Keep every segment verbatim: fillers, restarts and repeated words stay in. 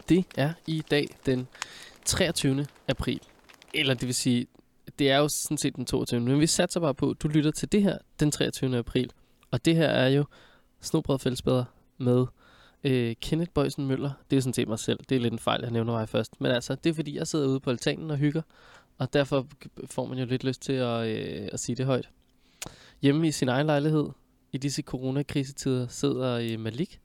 Det er i dag den treogtyvende april. Eller det vil sige, det er jo sådan set den toogtyvende Men vi satser bare på, at du lytter til det her den treogtyvende april. Og det her er jo Snobrød Fællesbader med øh, Kenneth Bøjsen Møller. Det er jo sådan set mig selv. Det er lidt en fejl, jeg nævner mig først. Men altså, det er fordi, jeg sidder ude på altanen og hygger. Og derfor får man jo lidt lyst til at, øh, at sige det højt. Hjemme i sin egen lejlighed, i disse coronakrisetider, sidder øh, Malik.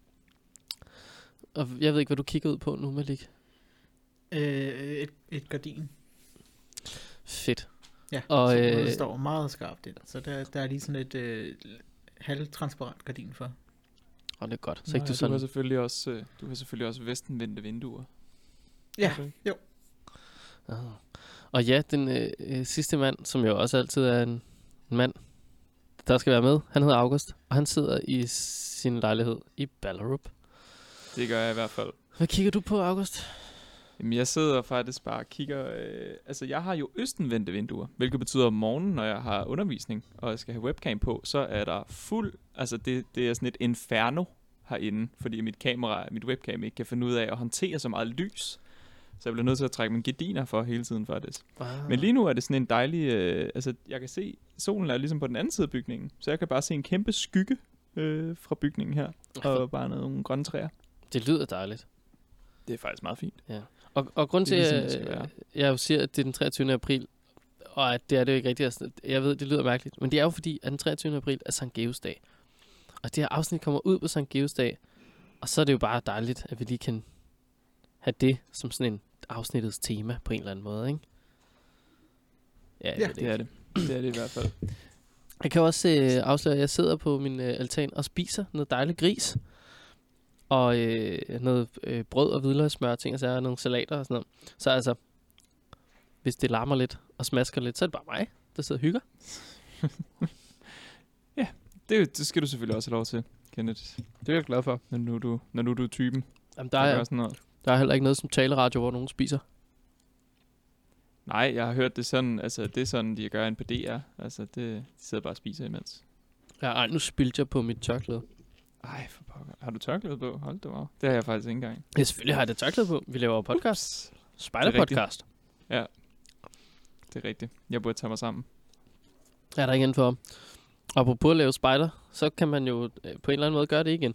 Og jeg ved ikke, hvad du kigger ud på nu, Malik. Øh, et, et gardin. Fedt. Ja, og, så øh, det står meget skarpt der. Så der, der er lige sådan et øh, halvtransparent gardin for. Og det er godt. Så Nå, ikke ja, du du sådan... har selvfølgelig også, øh, du har selvfølgelig også vestenvendte vinduer. Ja, Okay. jo. Ah. Og ja, den øh, øh, sidste mand, som jo også altid er en, en mand, der skal være med, han hedder August, og han sidder i sin lejlighed i Ballerup. Det gør jeg i hvert fald. Hvad kigger du på, August? Jamen, jeg sidder faktisk bare og kigger... Øh, altså, jeg har jo østenvendte vinduer, hvilket betyder om morgenen, når jeg har undervisning, og jeg skal have webcam på, så er der fuld... Altså, det, det er sådan et inferno herinde, fordi mit kamera, mit webcam ikke kan finde ud af at håndtere så meget lys. Så jeg bliver nødt til at trække mine gardiner for hele tiden, faktisk. Ah. Men lige nu er det sådan en dejlig... Øh, altså, jeg kan se, solen er ligesom på den anden side af bygningen, så jeg kan bare se en kæmpe skygge øh, fra bygningen her, og bare nogle grønne træer. Det lyder dejligt. Det er faktisk meget fint. Ja. Og, og grund til, Det er at ligesom, det skal jeg, være. jeg jo siger, at det er den treogtyvende april, og at det er det jo ikke rigtigt. Altså, jeg ved, det lyder mærkeligt, men det er jo fordi, at den treogtyvende april er Sankt Georgs dag. Og det her afsnit kommer ud på Sankt Georgs dag, og så er det jo bare dejligt, at vi lige kan have det som sådan en afsnittets tema på en eller anden måde, ikke? Ja, jeg Ja, ved Det er det. Det er det i hvert fald. Jeg kan også øh, afsløre, at jeg sidder på min øh, altan og spiser noget dejligt gris. Og øh, noget øh, brød og hvidløgssmør og ting, og så er nogle salater og sådan noget. Så altså, hvis det larmer lidt og smasker lidt, så er det bare mig, der sidder og hygger. Det, det skal du selvfølgelig også have lov til, Kenneth. Det er jeg glad for. Når nu du, når nu du er typen. Jamen, Der der, er er, sådan noget. der er heller ikke noget som taleradio, hvor nogen spiser. Nej, jeg har hørt det sådan, altså det er sådan, de gør en på D R. Altså det, de sidder bare og spiser imens. Ja, ej, nu spildte jeg på mit tørklæde. Ej, for pokker. Har du tørklæde på? Hold da wow. Det har jeg faktisk ikke engang. Ja, selvfølgelig har jeg det tørklæde på. Vi laver podcast. Ups. Spider-podcast. Det er rigtigt. Jeg burde tage mig sammen. Er der ikke for. Og apropos at lave spider, så kan man jo øh, på en eller anden måde gøre det igen.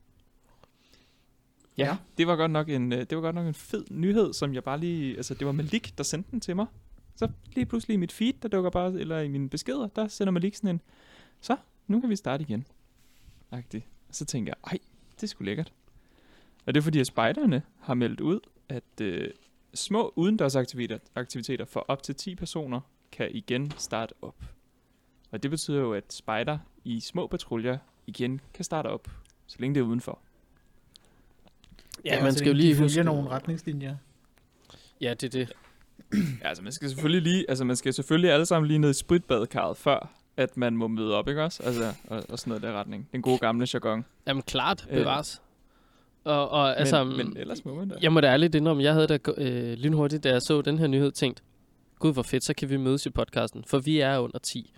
Ja, Ja. det var godt nok en, øh, det var godt nok en fed nyhed, som jeg bare lige, altså det var Malik, der sendte den til mig. Så lige pludselig i mit feed, der dukker bare, eller i mine beskeder, der sender Malik sådan en, så nu kan vi starte igen. Agtigt. Og så tænker jeg, ej, det er sgu lækkert. Og det er fordi, at spejderne har meldt ud, at øh, små udendørsaktiviteter aktiviteter for op til ti personer kan igen starte op. Og det betyder jo, at spejder i små patruljer igen kan starte op, så længe det er udenfor. Ja, man skal jo lige følge huske nogle retningslinjer. Ja, det er det. Ja, altså man skal selvfølgelig lige, altså man skal selvfølgelig alle sammen lige ned i spritbadekarret, før at man må møde op, ikke også? Altså, og, og sådan noget der retning. Den gode gamle jargon. Jamen klart, Øh. bevares. Og, og Men, altså, men ellers må man da. jeg må da ærligt indrømme, jeg havde da øh, lynhurtigt, da jeg så den her nyhed, tænkt, gud hvor fedt, så kan vi mødes i podcasten, for vi er under ti.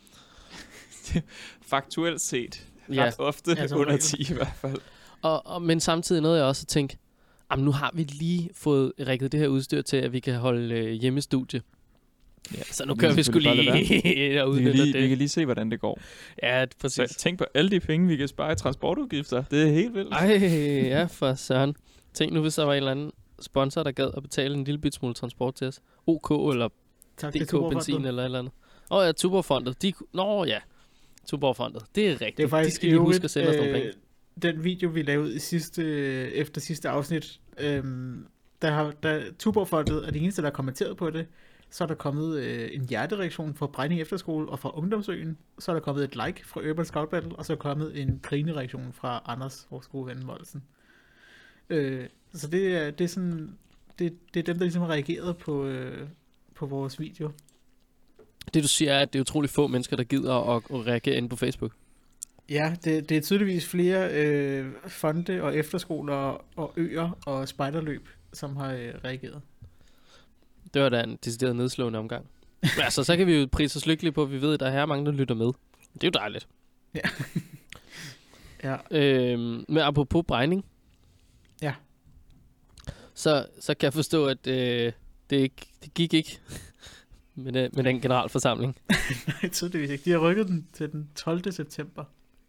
Faktuelt set, Ja. ret ofte Ja, som under regel. ti i hvert fald. Og, og, men samtidig nåede jeg også at tænke, jamen nu har vi lige fået rigget det her udstyr til, at vi kan holde øh, hjemmestudie. Ja, Så nu vi kører kan vi sgu selvfølgelig bare lige og Vi kan, udnytter lige, vi det. kan lige se, hvordan det går. Ja, Så præcis. tænk på alle de penge, vi kan spare i transportudgifter. Det er helt vildt. Ej, ja for søren. Tænk nu, hvis der var en eller anden sponsor, der gad at betale en lille bit smule transport til os. OK eller Tak D til K Benzin Tuborgfondet. eller et eller andet. Åh oh, ja, Tuborgfondet. De, ku- Nå ja, Tuborgfondet. Det er rigtigt. Det er faktisk De skal lige i huske øvrigt, at sende os nogle penge. øh, den video, vi lavede i sidste, øh, efter sidste afsnit, øhm, der har der, Tuborgfondet er det eneste, der har kommenteret på det. Så er der kommet øh, en hjertereaktion fra Brejning Efterskole og fra Ungdomsøen. Så er der kommet et like fra Urban Scout Battle, og så er der kommet en grinereaktion fra Anders, vores gode ven Molsen. Øh, så det er, det er sådan, det, det er dem, der ligesom har reageret på, øh, på vores video. Det du siger er, at det er utrolig få mennesker, der gider at, at reagere inde på Facebook. Ja, det, det er tydeligvis flere øh, fonde og efterskoler og øer og spejderløb, som har øh, reageret. Det var da en decideret nedslående omgang. Men altså, så kan vi jo prise os lykkelige på, at vi ved, at der er her mange, der lytter med. Det er jo dejligt. Ja. Ja. Øhm, men apropos Brejning. Ja. så, så kan jeg forstå, at øh, det, ikke, det gik ikke med, det, med den generalforsamling. Nej, tydeligvis ikke. De har rykket den til den tolvte september.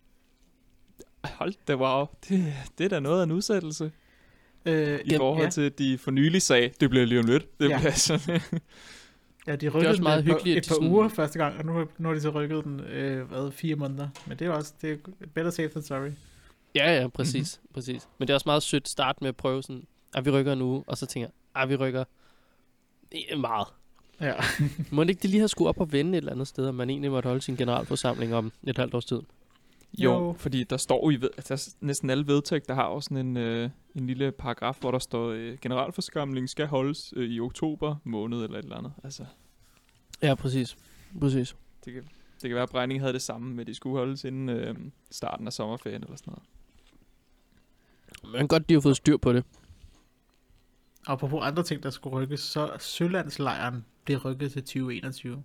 Hold da, wow. Det, det er da noget af en udsættelse. Øh, I forhold ja. til, at de for nylig sagde, det bliver lige om lidt. Det Ja. bliver sådan. Ja, de er rykkede også den meget et par, hyggeligt, at et de par sådan- uger første gang, og nu, nu har de så rykket den øh, hvad, fire måneder. Men det er også det er better safe than sorry. Ja, ja, præcis, mm-hmm. præcis. Men det er også meget sødt at starte med at prøve sådan, at vi rykker en uge, og så tænker jeg, at vi rykker eh, meget. Ja. Må det ikke de lige have skulle op og vende et eller andet sted, og man egentlig måtte holde sin generalforsamling om et halvt års tid? Jo, Jo. fordi der står jo i ved, altså, der er næsten alle vedtægter, der har også sådan en, øh, en lille paragraf, hvor der står, øh, generalforsamlingen skal holdes øh, i oktober måned eller et eller andet. Altså, Ja, præcis. Præcis. det kan, det kan være, at Bregning havde det samme med, at de skulle holdes inden øh, starten af sommerferien eller sådan noget. Men godt, de har fået styr på det. Og apropos andre ting, der skulle rykkes, så Sølandslejren bliver rykket til tyve enogtyve.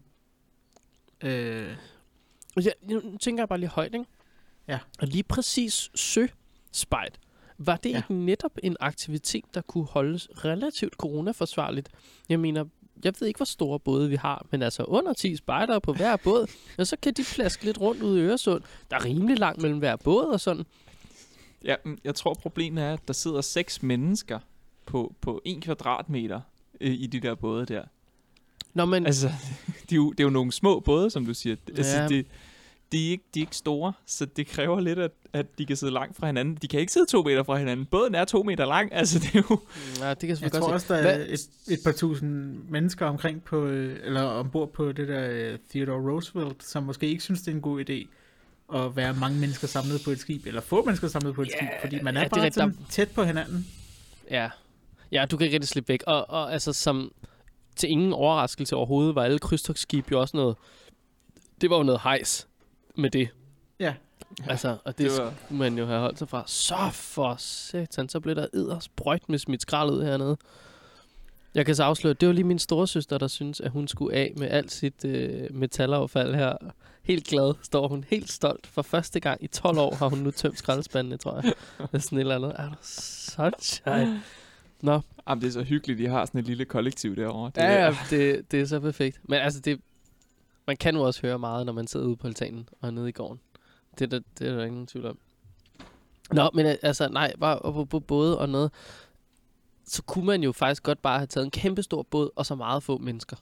Øh, Ja, nu tænker jeg bare lige højt, ikke? Ja. Og lige præcis søspejt. Var det Ja. ja. ikke netop en aktivitet, der kunne holdes relativt coronaforsvarligt? Jeg mener, jeg ved ikke, hvor store både vi har, men altså under ti spejdere på hver båd, og så kan de plaske lidt rundt ude i Øresund. Der er rimelig langt mellem hver båd og sådan. Ja, mm, jeg tror, problemet er, at der sidder seks mennesker på, på en kvadratmeter øh, i de der både der. Nå, men Altså, de er jo, det er jo nogle små både, som du siger. Altså, Ja. de, de, er ikke, de er ikke store, så det kræver lidt, at, at de kan sidde langt fra hinanden. De kan ikke sidde to meter fra hinanden. Båden er to meter lang. Altså, det er jo... ja, det kan jeg jeg selvfølgelig tror godt også, se. der er Hvad- et, et par tusind mennesker omkring på, øh, eller ombord på det der øh, Theodore Roosevelt, som måske ikke synes, det er en god idé at være mange mennesker samlet på et skib, eller få mennesker samlet på et Ja, skib, fordi man er ja, det er bare rigtigt. sådan tæt på hinanden. Ja. Ja, du kan ikke rigtig slippe væk. Og, og altså, som til ingen overraskelse overhovedet, var alle krydstogtskib jo også noget... Det var jo noget hejs med det. Ja. Altså, og det, Det det var- skulle man jo have holdt sig fra. Så for satan, så blev der eddersprøjt med smidt skrald ud hernede. Jeg kan så afsløre, det var lige min storesøster, der synes, at hun skulle af med alt sit øh, metalaffald her. Helt glad står hun, helt stolt. For første gang i tolv år har hun nu tømt skraldespandene, tror jeg. Det er sådan et eller andet. Er du sunshine? Nå, Jamen, det er så hyggeligt, de har sådan et lille kollektiv derovre. Det ja, er- ja, det, det er så perfekt. Men altså, det, man kan jo også høre meget, når man sidder ude på altanen og nede i gården. Det, er der, det er der ikke nogen tvivl om. Nå, men øh, altså, nej, bare på, på både og noget. Så kunne man jo faktisk godt bare have taget en kæmpe stor båd og så meget få mennesker.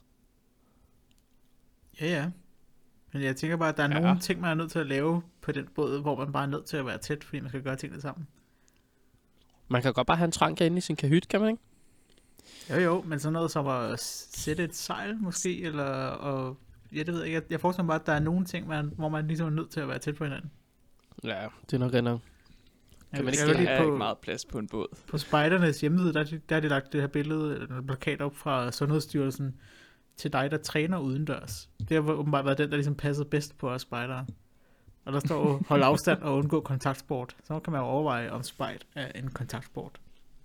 Ja, ja. Men jeg tænker bare, at der er Ja. nogle ting, man er nødt til at lave på den båd, hvor man bare er nødt til at være tæt, fordi man skal gøre tingene sammen. Man kan godt bare have en trank inde i sin kahyt, kan man ikke? Jo, jo, men sådan noget som at sætte et sejl måske, eller og, ja, det ved jeg ikke. Jeg, jeg forestiller mig bare, at der er nogle ting, man, hvor man ligesom er nødt til at være tæt på hinanden. Ja, det er nok rigtig nok. Jeg, man jeg ikke- kan Der lige er på, ikke meget plads på en båd. på spejdernes hjemmeside, der, er de- der er de lagt det her billede, eller en plakat op fra Sundhedsstyrelsen, til dig, der træner udendørs. Det har åbenbart været den, der ligesom passede bedst på os spejdere. Og der står jo, hold afstand og undgå kontaktsport. Så kan man jo overveje, om spejt er en kontaktsport.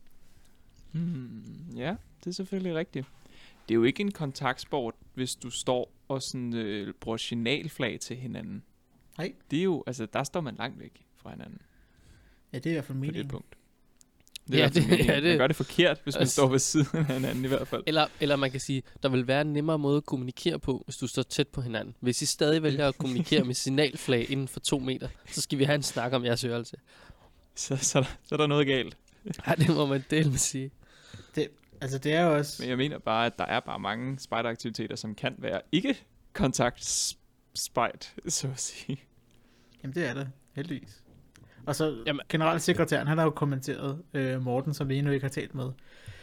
Hmm, ja, det er selvfølgelig rigtigt. Det er jo ikke en kontaktsport, hvis du står og sådan, øh, bruger signalflag til hinanden. Nej. Det er jo, altså, der står man langt væk fra hinanden Ja, det er i hvert fald på det meningen. punkt. Ja, i hvert fald det- meningen. ja, det- Man gør det forkert, hvis man Altså- står ved siden af hinanden i hvert fald. Eller, eller man kan sige, der vil være en nemmere måde at kommunikere på, hvis du står tæt på hinanden. Hvis I stadig vælger at kommunikere med signalflag inden for to meter, så skal vi have en snak om jeres ørelse. Så, så, er der- så er der noget galt. Ja, det må man dele med sige. Altså, det er jo også... Men jeg mener bare, at der er bare mange spejderaktiviteter, som kan være ikke kontakt-spejt, så at sige. Jamen, det er det. Heldigvis. Og så Jamen- generalsekretæren, han har jo kommenteret, øh, Morten, som vi endnu ikke har talt med,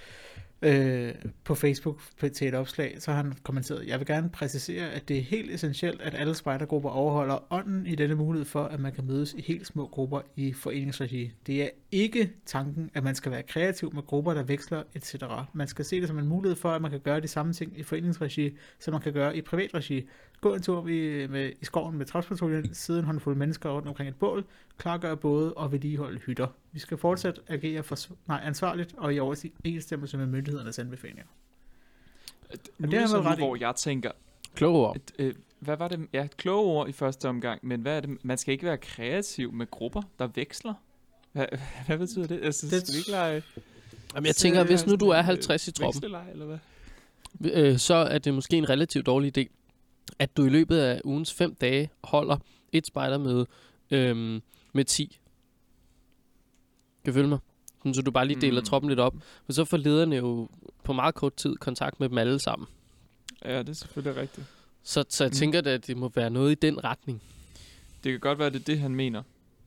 øh, på Facebook på- til et opslag, så har han kommenteret, jeg vil gerne præcisere, at det er helt essentielt, at alle spejdergrupper overholder ånden i denne mulighed for, at man kan mødes i helt små grupper i foreningsregi. Det er ikke tanken, at man skal være kreativ med grupper, der veksler, et cetera. Man skal se det som en mulighed for, at man kan gøre de samme ting i foreningsregi, som man kan gøre i privatregi. Gå en tur i, med, i skoven med tropspatruljen, sidde en håndfuld mennesker rundt omkring et bål, klargøre både og vedligeholde hytter. Vi skal fortsat agere for, nej, ansvarligt og i overensstemmelse med myndighedernes anbefalinger. Nu det er har det han sådan, ret i. hvor jeg tænker, Kloge ord. at, øh, hvad var det? Ja, kloge ord i første omgang, men hvad er det? Man skal ikke være kreativ med grupper, der veksler. Hvad, hvad betyder det? Altså, Det- skal vi ikke lege... Jamen, jeg tænker, hvis nu du er halvtreds i troppen, Vekselej, eller hvad? øh, så er det måske en relativt dårlig idé, at du i løbet af ugens fem dage holder et spejdermøde øhm, med ti. Kan du følge mig? Sådan, så du bare lige deler mm. troppen lidt op. Men så får lederne jo på meget kort tid kontakt med dem alle sammen. Ja, det er selvfølgelig rigtigt. Så, så jeg mm. tænker, at det må være noget i den retning. Det kan godt være, det er det, han mener.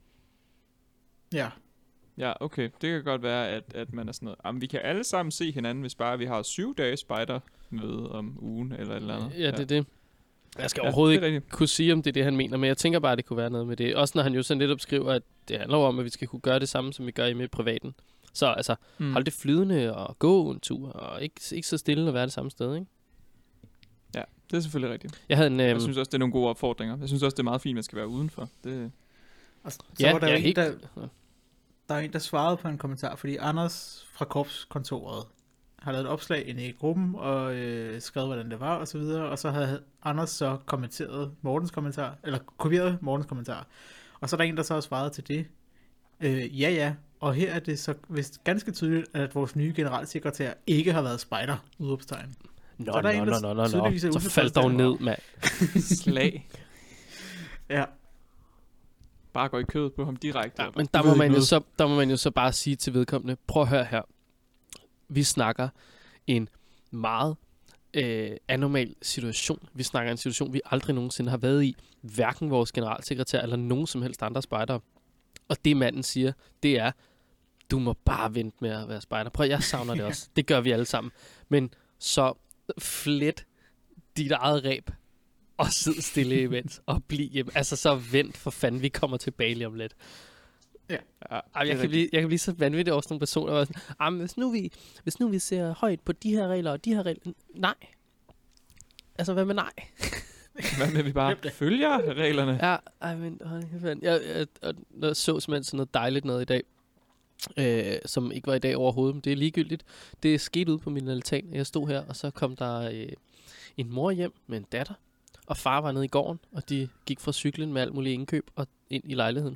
Ja. Ja, okay. Det kan godt være, at, at man er sådan noget. Jamen, vi kan alle sammen se hinanden, hvis bare vi har syv dage spejdermøde om ugen, eller et eller andet. Ja, det er det. Jeg skal Ja, overhovedet ikke rigtigt. kunne sige, om det er det, han mener, men jeg tænker bare, at det kunne være noget med det. Også når han jo sådan lidt opskriver, at det handler om, at vi skal kunne gøre det samme, som vi gør i privaten. Så altså, mm. hold det flydende og gå en tur, og ikke, ikke så stille og være det samme sted, ikke? Ja, det er selvfølgelig rigtigt. Jeg, havde en, øhm, jeg synes også, det er nogle gode opfordringer. Jeg synes også, det er meget fint, at man skal være udenfor. Det... Og så ja, var der ja, jo en, helt... der, der er en, der svarede på en kommentar, fordi Anders fra korpskontoret har lavet et opslag inde i gruppen, og øh, skrevet, hvordan det var, og så videre, og så havde Anders så kommenteret Mortens kommentar, eller kopieret Mortens kommentar, og så er der en, der så har svaret til det. Øh, ja, ja, og her er det så vist ganske tydeligt, at vores nye generalsekretær ikke har været spejder, udråbstegn. Nå, nå, nå, nå, nå, nå, så faldt dog ned, mand. Slag. Ja. Bare gå i kødet på ham direkte. Ja, men der må, man jo så, der må man jo så bare sige til vedkommende, prøv at høre her. Vi snakker en meget øh, anormal situation. Vi snakker en situation, vi aldrig nogensinde har været i. Hverken vores generalsekretær eller nogen som helst andre spejdere. Og det manden siger, det er, du må bare vente med at være spejder. Prøv, jeg savner det også. Det gør vi alle sammen. Men så flet dit eget ræb og sid stille imens og bliv hjemme. Altså så vent for fanden, vi kommer tilbage lige om lidt. Ja. Ja, jeg, kan blive, jeg kan blive så vanvittig over sådan nogle personer, der sådan, ah, hvis, nu vi, hvis nu vi ser højt på de her regler og de her regler, nej. Altså, hvad med nej? Hvad med, vi bare følger reglerne? Ja, ej, men hold kæft. Jeg, jeg, jeg, jeg så simpelthen sådan noget dejligt noget i dag, øh, som ikke var i dag overhovedet, men det er ligegyldigt. Det er sket ude på min altan. Jeg stod her, og så kom der øh, en mor hjem med en datter, og far var nede i gården, og de gik fra cyklen med alt muligt indkøb og ind i lejligheden.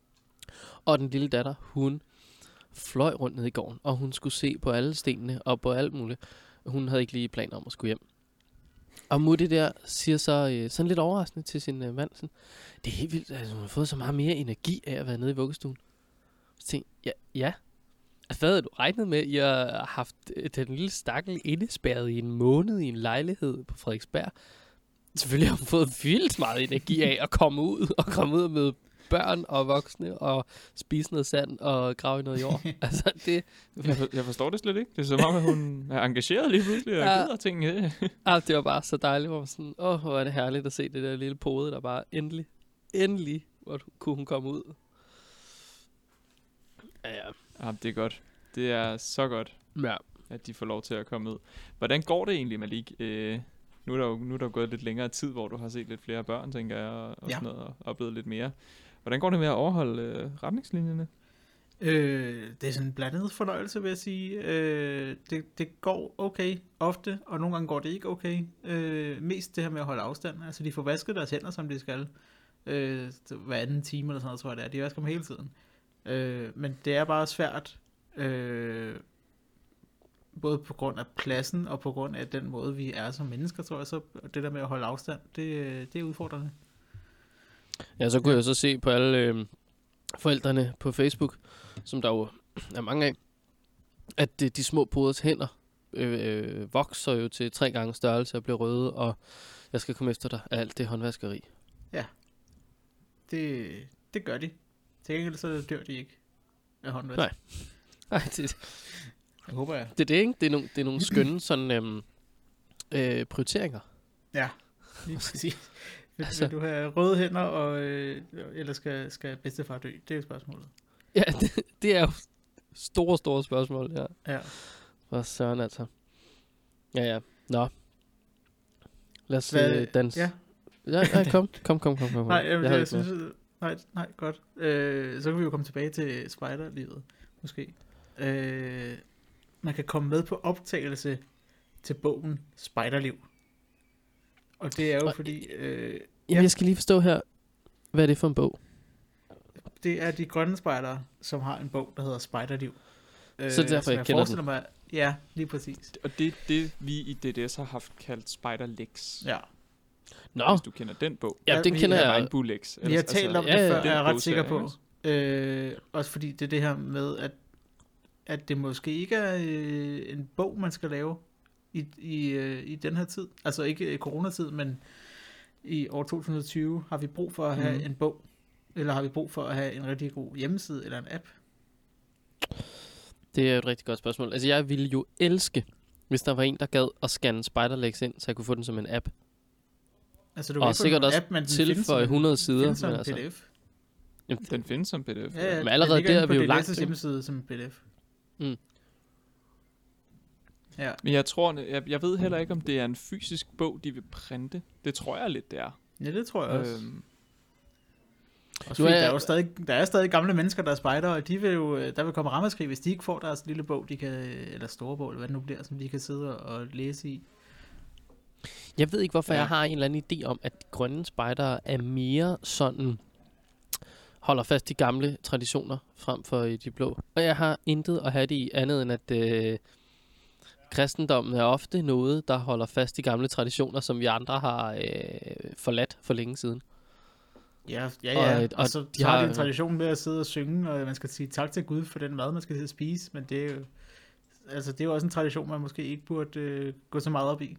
Og den lille datter, hun fløj rundt ned i gården, og hun skulle se på alle stenene og på alt muligt. Hun havde ikke lige planer om at skulle hjem. Og Mutti der siger så øh, sådan lidt overraskende til sin øh, mand, sådan, det er helt vildt, altså, hun har fået så meget mere energi af at være nede i vuggestuen. Så tænkte jeg, ja, ja. Altså, hvad havde du regnet med? I har haft øh, den lille stakkel indespærret i en måned i en lejlighed på Frederiksberg. Selvfølgelig har hun fået vildt meget energi af at komme ud og komme ud og møde børn og voksne og spise noget sand og grave i noget jord. Altså, det... Jeg, for, jeg forstår det slet ikke. Det er som om, at hun er engageret lige pludselig og ja. gider ting. Ja, det var bare så dejligt, hvor man sådan, åh, hvor er det herligt at se det der lille pode, der bare endelig, endelig, hvor kunne hun komme ud. Ja, ja. Ja, det er godt. Det er så godt, ja. at de får lov til at komme ud. Hvordan går det egentlig, Malik? Øh, nu er der jo nu er der gået lidt længere tid, hvor du har set lidt flere børn, tænker jeg, og, og ja. sådan noget, og oplevet lidt mere. Hvordan går det med at overholde øh, retningslinjerne? Øh, det er sådan en blandet fornøjelse, vil jeg sige. Øh, det, det går okay ofte, og nogle gange går det ikke okay. Øh, mest det her med at holde afstand. Altså, de får vasket deres hænder, som de skal. Øh, hver anden time eller sådan noget, tror jeg det er. De vasker dem hele tiden. Øh, men det er bare svært, øh, både på grund af pladsen, og på grund af den måde, vi er som mennesker, tror jeg. Så det der med at holde afstand, det, det er udfordrende. Ja, så kunne ja. jeg så se på alle øh, forældrene på Facebook, som der jo er mange af, at de, de små poders hænder øh, øh, vokser jo til tre gange størrelse og bliver røde, og jeg skal komme efter dig af alt det håndvaskeri. Ja, det, det gør de. Til gengæld så dør de ikke af håndvask. Nej, Nej det, jeg håber jeg. Det er det, ikke? Det er nogle, det er nogle skønne sådan, øhm, øh, prioriteringer. Ja, lige præcis. Vil, altså, vil du have røde hænder, og, øh, eller skal, skal bedstefar dø? Det er jo spørgsmålet. Ja, det, det er jo store, store spørgsmål, ja. Ja. For søren altså. Ja, ja. Nå. Lad os Hvad, øh, danse. Ja. Ja, nej, kom, kom, kom, kom, kom. Nej, jamen, jeg jeg, jeg synes, nej, nej, godt. Øh, så kan vi jo komme tilbage til spejderlivet, måske. Øh, man kan komme med på optagelse til bogen Spejderliv. Og det er jo og, fordi... Øh, jamen, ja. Jeg skal lige forstå her, hvad er det for en bog? Det er de grønne spejdere, som har en bog, der hedder Spejderliv. Øh, Så det er derfor, som jeg jeg kender forestiller mig, ja, lige præcis. Og det er det, vi i D D S har haft kaldt Spider Lex. Ja. Nå, Hvis du kender den bog. ja, Ja, den vi- kender Eller jeg. Regnbue Lex. Vi har talt om ja, det ja, før, den er jeg ret bogserie, sikker på. ikke Øh, også fordi det er det her med, at, at det måske ikke er øh, en bog, man skal lave i, i, øh, i den her tid. Altså ikke i coronatid, men i år to tusind og tyve har vi brug for at have Mhm. en bog. Eller har vi brug for at have en rigtig god hjemmeside eller en app? Det er jo et rigtig godt spørgsmål. Altså, jeg ville jo elske, hvis der var en, der gad at scanne Spiderlex ind, så jeg kunne få den som en app. Altså, du Og kan ikke få sikkert en også app, men den tilføje findes som en- hundrede sider, findes som men en altså- P D F. Jamen, Den findes som P D F. Ja, ja, Men allerede den ligger der inde er på vi jo D D langt, S' jo. hjemmeside som en P D F. Mm. Ja. Men jeg tror, jeg, jeg ved heller ikke, om det er en fysisk bog, de vil printe. Det tror jeg lidt, det er. ja, det tror jeg også. Øhm, Også Nu fordi er- der er jo stadig, der er stadig gamle mennesker, der er spejder, og de vil jo, øh, der vil komme ramaskrig, hvis de ikke får deres lille bog, de kan, eller store bog, eller hvad det nu bliver, som de kan sidde og læse i. Jeg ved ikke, hvorfor Ja. ja. jeg har en eller anden idé om, at de grønne spejdere er mere sådan, holder fast i gamle traditioner, frem for i de blå. Og jeg har intet at have det i andet, end at øh, kristendommen er ofte noget, der holder fast i gamle traditioner, som vi andre har øh, forladt for længe siden. Ja, ja, ja. Og- Og, og, og så de de har de har- en tradition med at sidde og synge, og man skal sige tak til Gud for den mad, man skal sidde og spise, men det er jo, altså, det er jo også en tradition, man måske ikke burde øh, gå så meget op i.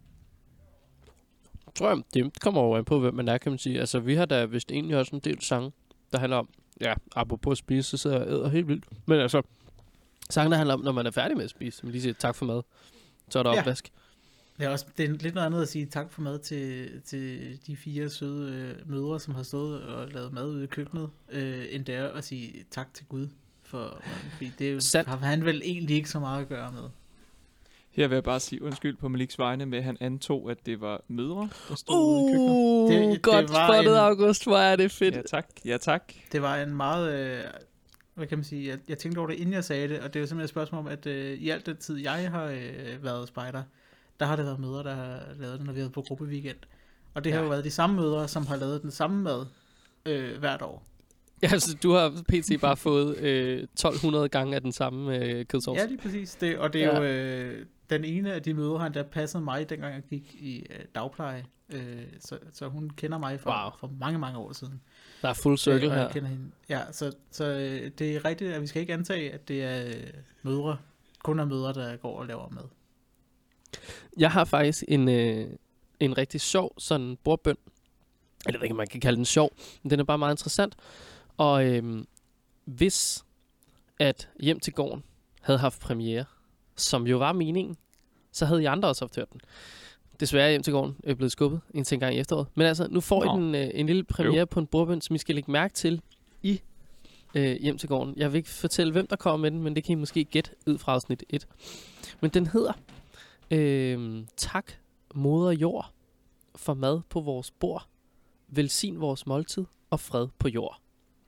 Tror jeg, det kommer over på, hvem man er, kan man sige. Altså, vi har da vist egentlig også en del sange, der handler om, ja, apropos at spise, så sidder jeg og æder helt vildt. Men altså, sange, der handler om, når man er færdig med at spise, man lige siger tak for mad, så er der Ja. opvask. Det er også det er lidt noget andet at sige tak for mad til, til de fire søde øh, mødre, som har stået og lavet mad ude i køkkenet, øh, end det er at sige tak til Gud for maden, fordi det er jo, Sandt. har han vel egentlig ikke så meget at gøre med. her vil jeg bare sige undskyld på Maliks vegne med, at han antog, at det var mødre, der stod ude i køkkenet. Uh, Det- det, det godt var spottet, en- August. Hvor er det fedt. Ja tak, ja tak. Det var en meget, øh, hvad kan man sige, jeg, jeg tænkte over det, inden jeg sagde det, og det er jo simpelthen et spørgsmål om, at øh, i alt den tid, jeg har øh, været spejder, der har det været mødre, der har lavet det, når vi har været på gruppeweekend. Og det har Ja. jo været de samme mødre, som har lavet den samme mad øh, hvert år. Ja, altså, du har pt. bare fået øh, tolv hundrede gange af den samme øh, kødsovs. Ja, lige præcis. Det, og det er Ja. jo, øh, den ene af de mødre, han der passede mig, dengang jeg gik i øh, dagpleje. Øh, så, så hun kender mig for, Wow. for mange, mange år siden. Der er full circle Øh, og jeg her. kender hende. Ja, så, så øh, det er rigtigt, at vi skal ikke antage, at det er øh, mødre, kun er mødre, der går og laver mad. Jeg har faktisk en, øh, en rigtig sjov sådan bordbøn. Jeg ved ikke, om man kan kalde den sjov, men den er bare meget interessant. Og øhm, hvis at Hjem til gården havde haft premiere, som jo var meningen, så havde I andre også haft hørt den. Desværre er Hjem til gården er blevet skubbet indtil en gang i efteråret. Men altså, nu får Nå. I den, øh, en lille premiere på en bordbøn, som I skal lægge mærke til i øh, Hjem til gården. Jeg vil ikke fortælle, hvem der kommer med den, men det kan I måske gætte ud fra afsnit et. Men den hedder øh, Tak, moder jord, for mad på vores bord. Velsign vores måltid og fred på jord.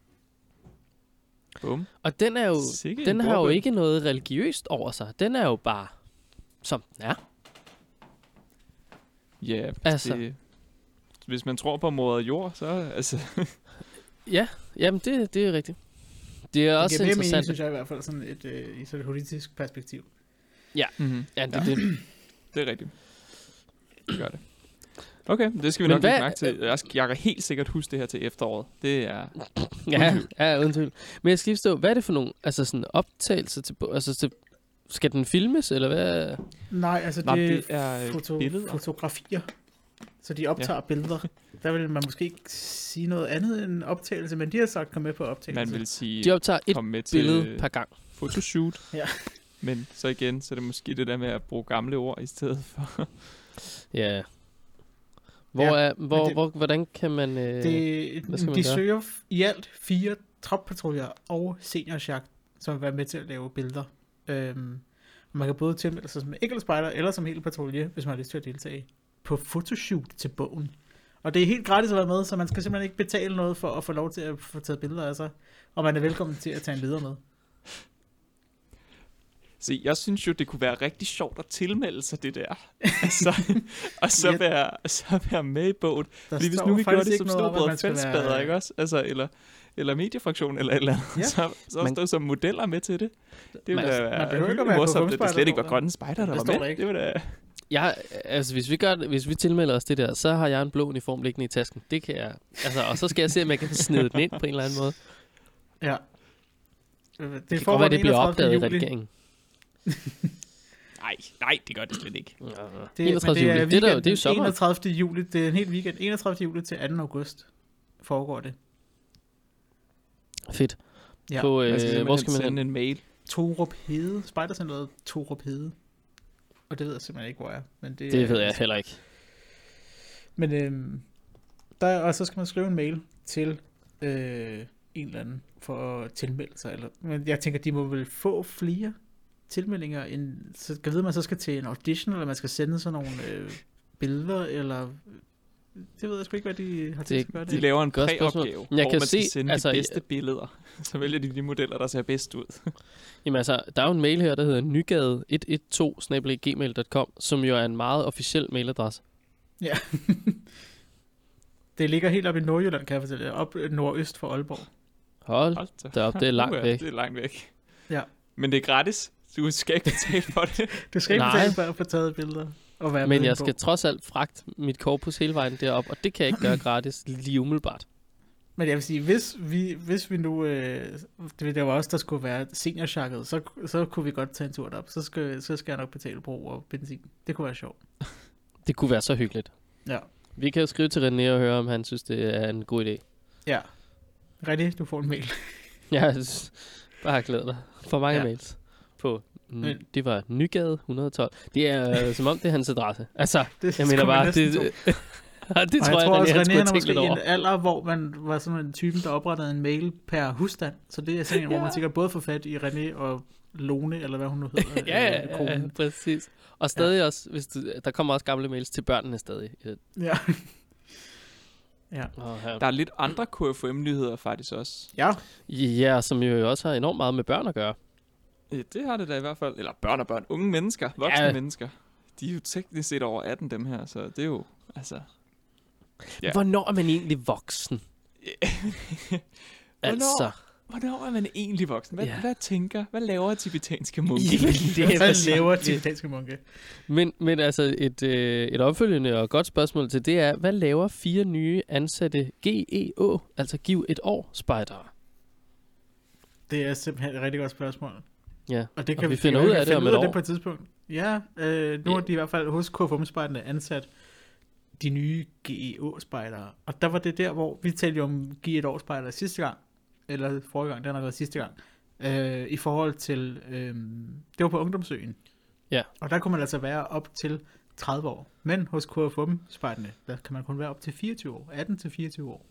Bum. Og den er jo, Sikke en den har jo bordbøn. ikke noget religiøst over sig. Den er jo bare, som den er. Ja, altså. Altså. Det, hvis man tror på moder jord, så altså... Ja, jamen det, det er rigtigt. Det er Det også giver mere mening, interessant. synes jeg i hvert fald, sådan et, øh, i sådan et holistisk perspektiv. Mm-hmm. Ja, det, det. Det er rigtigt. Det gør det. Okay, det skal vi Men nok lægge hvad- mærke til. Jeg, skal, jeg kan helt sikkert huske det her til efteråret. Det er... Ja, ja, uden tvivl. Men jeg skal lige forstå, hvad er det for nogle altså sådan optagelser til, bo- altså til, skal den filmes, eller hvad? Nej, altså Nej, det, det er, er øh, foto, billeder. fotografier. Så de optager ja. billeder. Der vil man måske ikke sige noget andet end optagelse, men de har sagt, kom med på optagelse. Man vil sige, De optager et kom med til billede per gang. fotoshoot. Ja. Men så igen, så er det måske det der med at bruge gamle ord i stedet for... Ja. Hvor Ja, er, hvor, det- hvor, hvordan kan man... Øh, Det, hvad skal man de gøre? søger f- i alt fire troppatruljer og seniorsjagt, som vil være med til at lave billeder. Øhm, man kan både tilmelde sig som enkeltspejder eller som hel patrulje, hvis man har lyst til at deltage på fotoshoot til bogen. Og det er helt gratis at være med, så man skal simpelthen ikke betale noget for at få lov til at få taget billeder af sig. Og man er velkommen til at tage en leder med. Se, jeg synes jo, det kunne være rigtig sjovt at tilmelde sig det der. altså, og så, Ja. være, så være med i bogen. Der Fordi hvis står nu vi gjorde faktisk det ikke som noget om, at snobrød man skal fællesbader, være- ikke også? Altså, eller, eller mediefraktion, eller et eller andet. Ja. Så, så Man- stå som modeller med til det. Det Man- ville da man være behøver ikke hyggeligt at være morsomt, K F at det slet ikke var spejder, grønne spejder, der Det var står der med. ikke. Det var da... Jeg, altså, hvis vi, gør det, hvis vi tilmelder os det der, så har jeg en blå uniform liggende i tasken. Det kan jeg. Altså, og så skal jeg se, om jeg kan snide den ind på en eller anden måde. Ja. Det, Det, det kan godt være, det bliver opdaget i juli. redigeringen. Nej, nej, det gør det slet ikke. Ja, ja. Det, enogtredivte men det er juli. Det er, der, jo- det er jo weekenden sommer. enogtredivte juli. Det er en hel weekend. enogtredivte juli til anden august foregår det. Fedt. Ja. På, Man øh, skal hvor simpelthen skal man sende hen? en mail. Torup Hede. Spejdercenteret Torup Hede. Og det ved jeg simpelthen ikke, hvor jeg er. Men det, Det er- ved jeg heller ikke. Men øhm, der, og så skal man skrive en mail til øh, en eller anden for at tilmelde sig. Eller, men jeg tænker, de må vel få flere tilmeldinger, end, så kan vide, at man så skal til en audition, eller man skal sende sådan nogle øh, billeder, eller det ved jeg sgu ikke, hvad de har til at gøre De det. laver en Godt spørgsmål. præopgave, Men jeg hvor kan man skal se, sende altså, de bedste billeder. Så vælger de de modeller, der ser bedst ud. Jamen altså, der er jo en mail her, der hedder nygade et et to snabel-a gmail punktum com, som jo er en meget officiel mailadresse. Ja. Det ligger helt op i Nordjylland, kan jeg fortælle jer. Op nordøst for Aalborg. Hold Hold da. da op, det er langt Uha, væk. Det er langt væk. Ja. Men det er gratis. Du skal ikke betale for det. Du skal ikke Nej. betale for at få taget billeder. Og være med Men i en jeg bog. skal trods alt fragte mit korpus hele vejen derop, og det kan jeg ikke gøre gratis lige umiddelbart. Men jeg vil sige, hvis vi, hvis vi nu, øh, det der var også, der skulle være seniorchakket, så, så kunne vi godt tage en tur derop. Så skal, så skal jeg nok betale bro og benzin. Det kunne være sjovt. Det kunne være så hyggeligt. Ja. Vi kan jo skrive til René og høre, om han synes, det er en god idé. Ja. René, du får en mail. Jeg synes, bare glæder dig. For mange Ja. ja. mails. På, Men- det var Nygade et hundrede og tolv. Det er øh, som om, det er hans adresse. Altså, Det jeg skulle mener man bare, næsten det, tro. det, det Og tror jeg jeg, tror René, også, han René skulle han er tænke måske lidt i over. en alder, hvor man var sådan en typen, der oprettede en mail per husstand. Så det er sådan en, hvor man Ja. sikkert både får fat i René og Lone, eller hvad hun nu hedder. Ja, øh, ja, ja, konen. præcis. Og stadig ja. også, hvis du, der kommer også gamle mails til børnene stadig. Ja. Ja. Oh, ja. Der er lidt andre K F M-nyheder faktisk også. Ja. ja, som jo også har enormt meget med børn at gøre. Ja, det har det da i hvert fald. Eller børn og børn. Unge mennesker. Voksne Ja. mennesker. De er jo teknisk set over atten, dem her. Så det er jo, altså... Ja. Ja. Hvornår er man egentlig voksen? altså. Hvornår er man egentlig voksen? Hvad, Ja. hvad tænker, hvad laver tibetanske munke? det er Hvad præcis laver det. tibetanske munke? Men, men altså et, øh, et opfølgende og godt spørgsmål til det er, hvad laver fire nye ansatte G E Å, altså giv et år spejdere? Det er simpelthen et rigtig godt spørgsmål. Ja, Og det og kan vi vi, finder vi ud kan af det finde om ud et af det år. på et tidspunkt. Ja, øh, nu Ja. er de i hvert fald hos K F M-spejderne ansat de nye G E Å-spejdere. Og der var det der, hvor vi talte jo om Giv et år spejdere sidste gang, eller forrige gang, den har været sidste gang, øh, i forhold til, øh, det var på Ungdomsøen. Ja. Og der kunne man altså være op til tredive år. Men hos K F M-spejderne, der kan man kun være op til fireogtyve år, atten til fireogtyve år.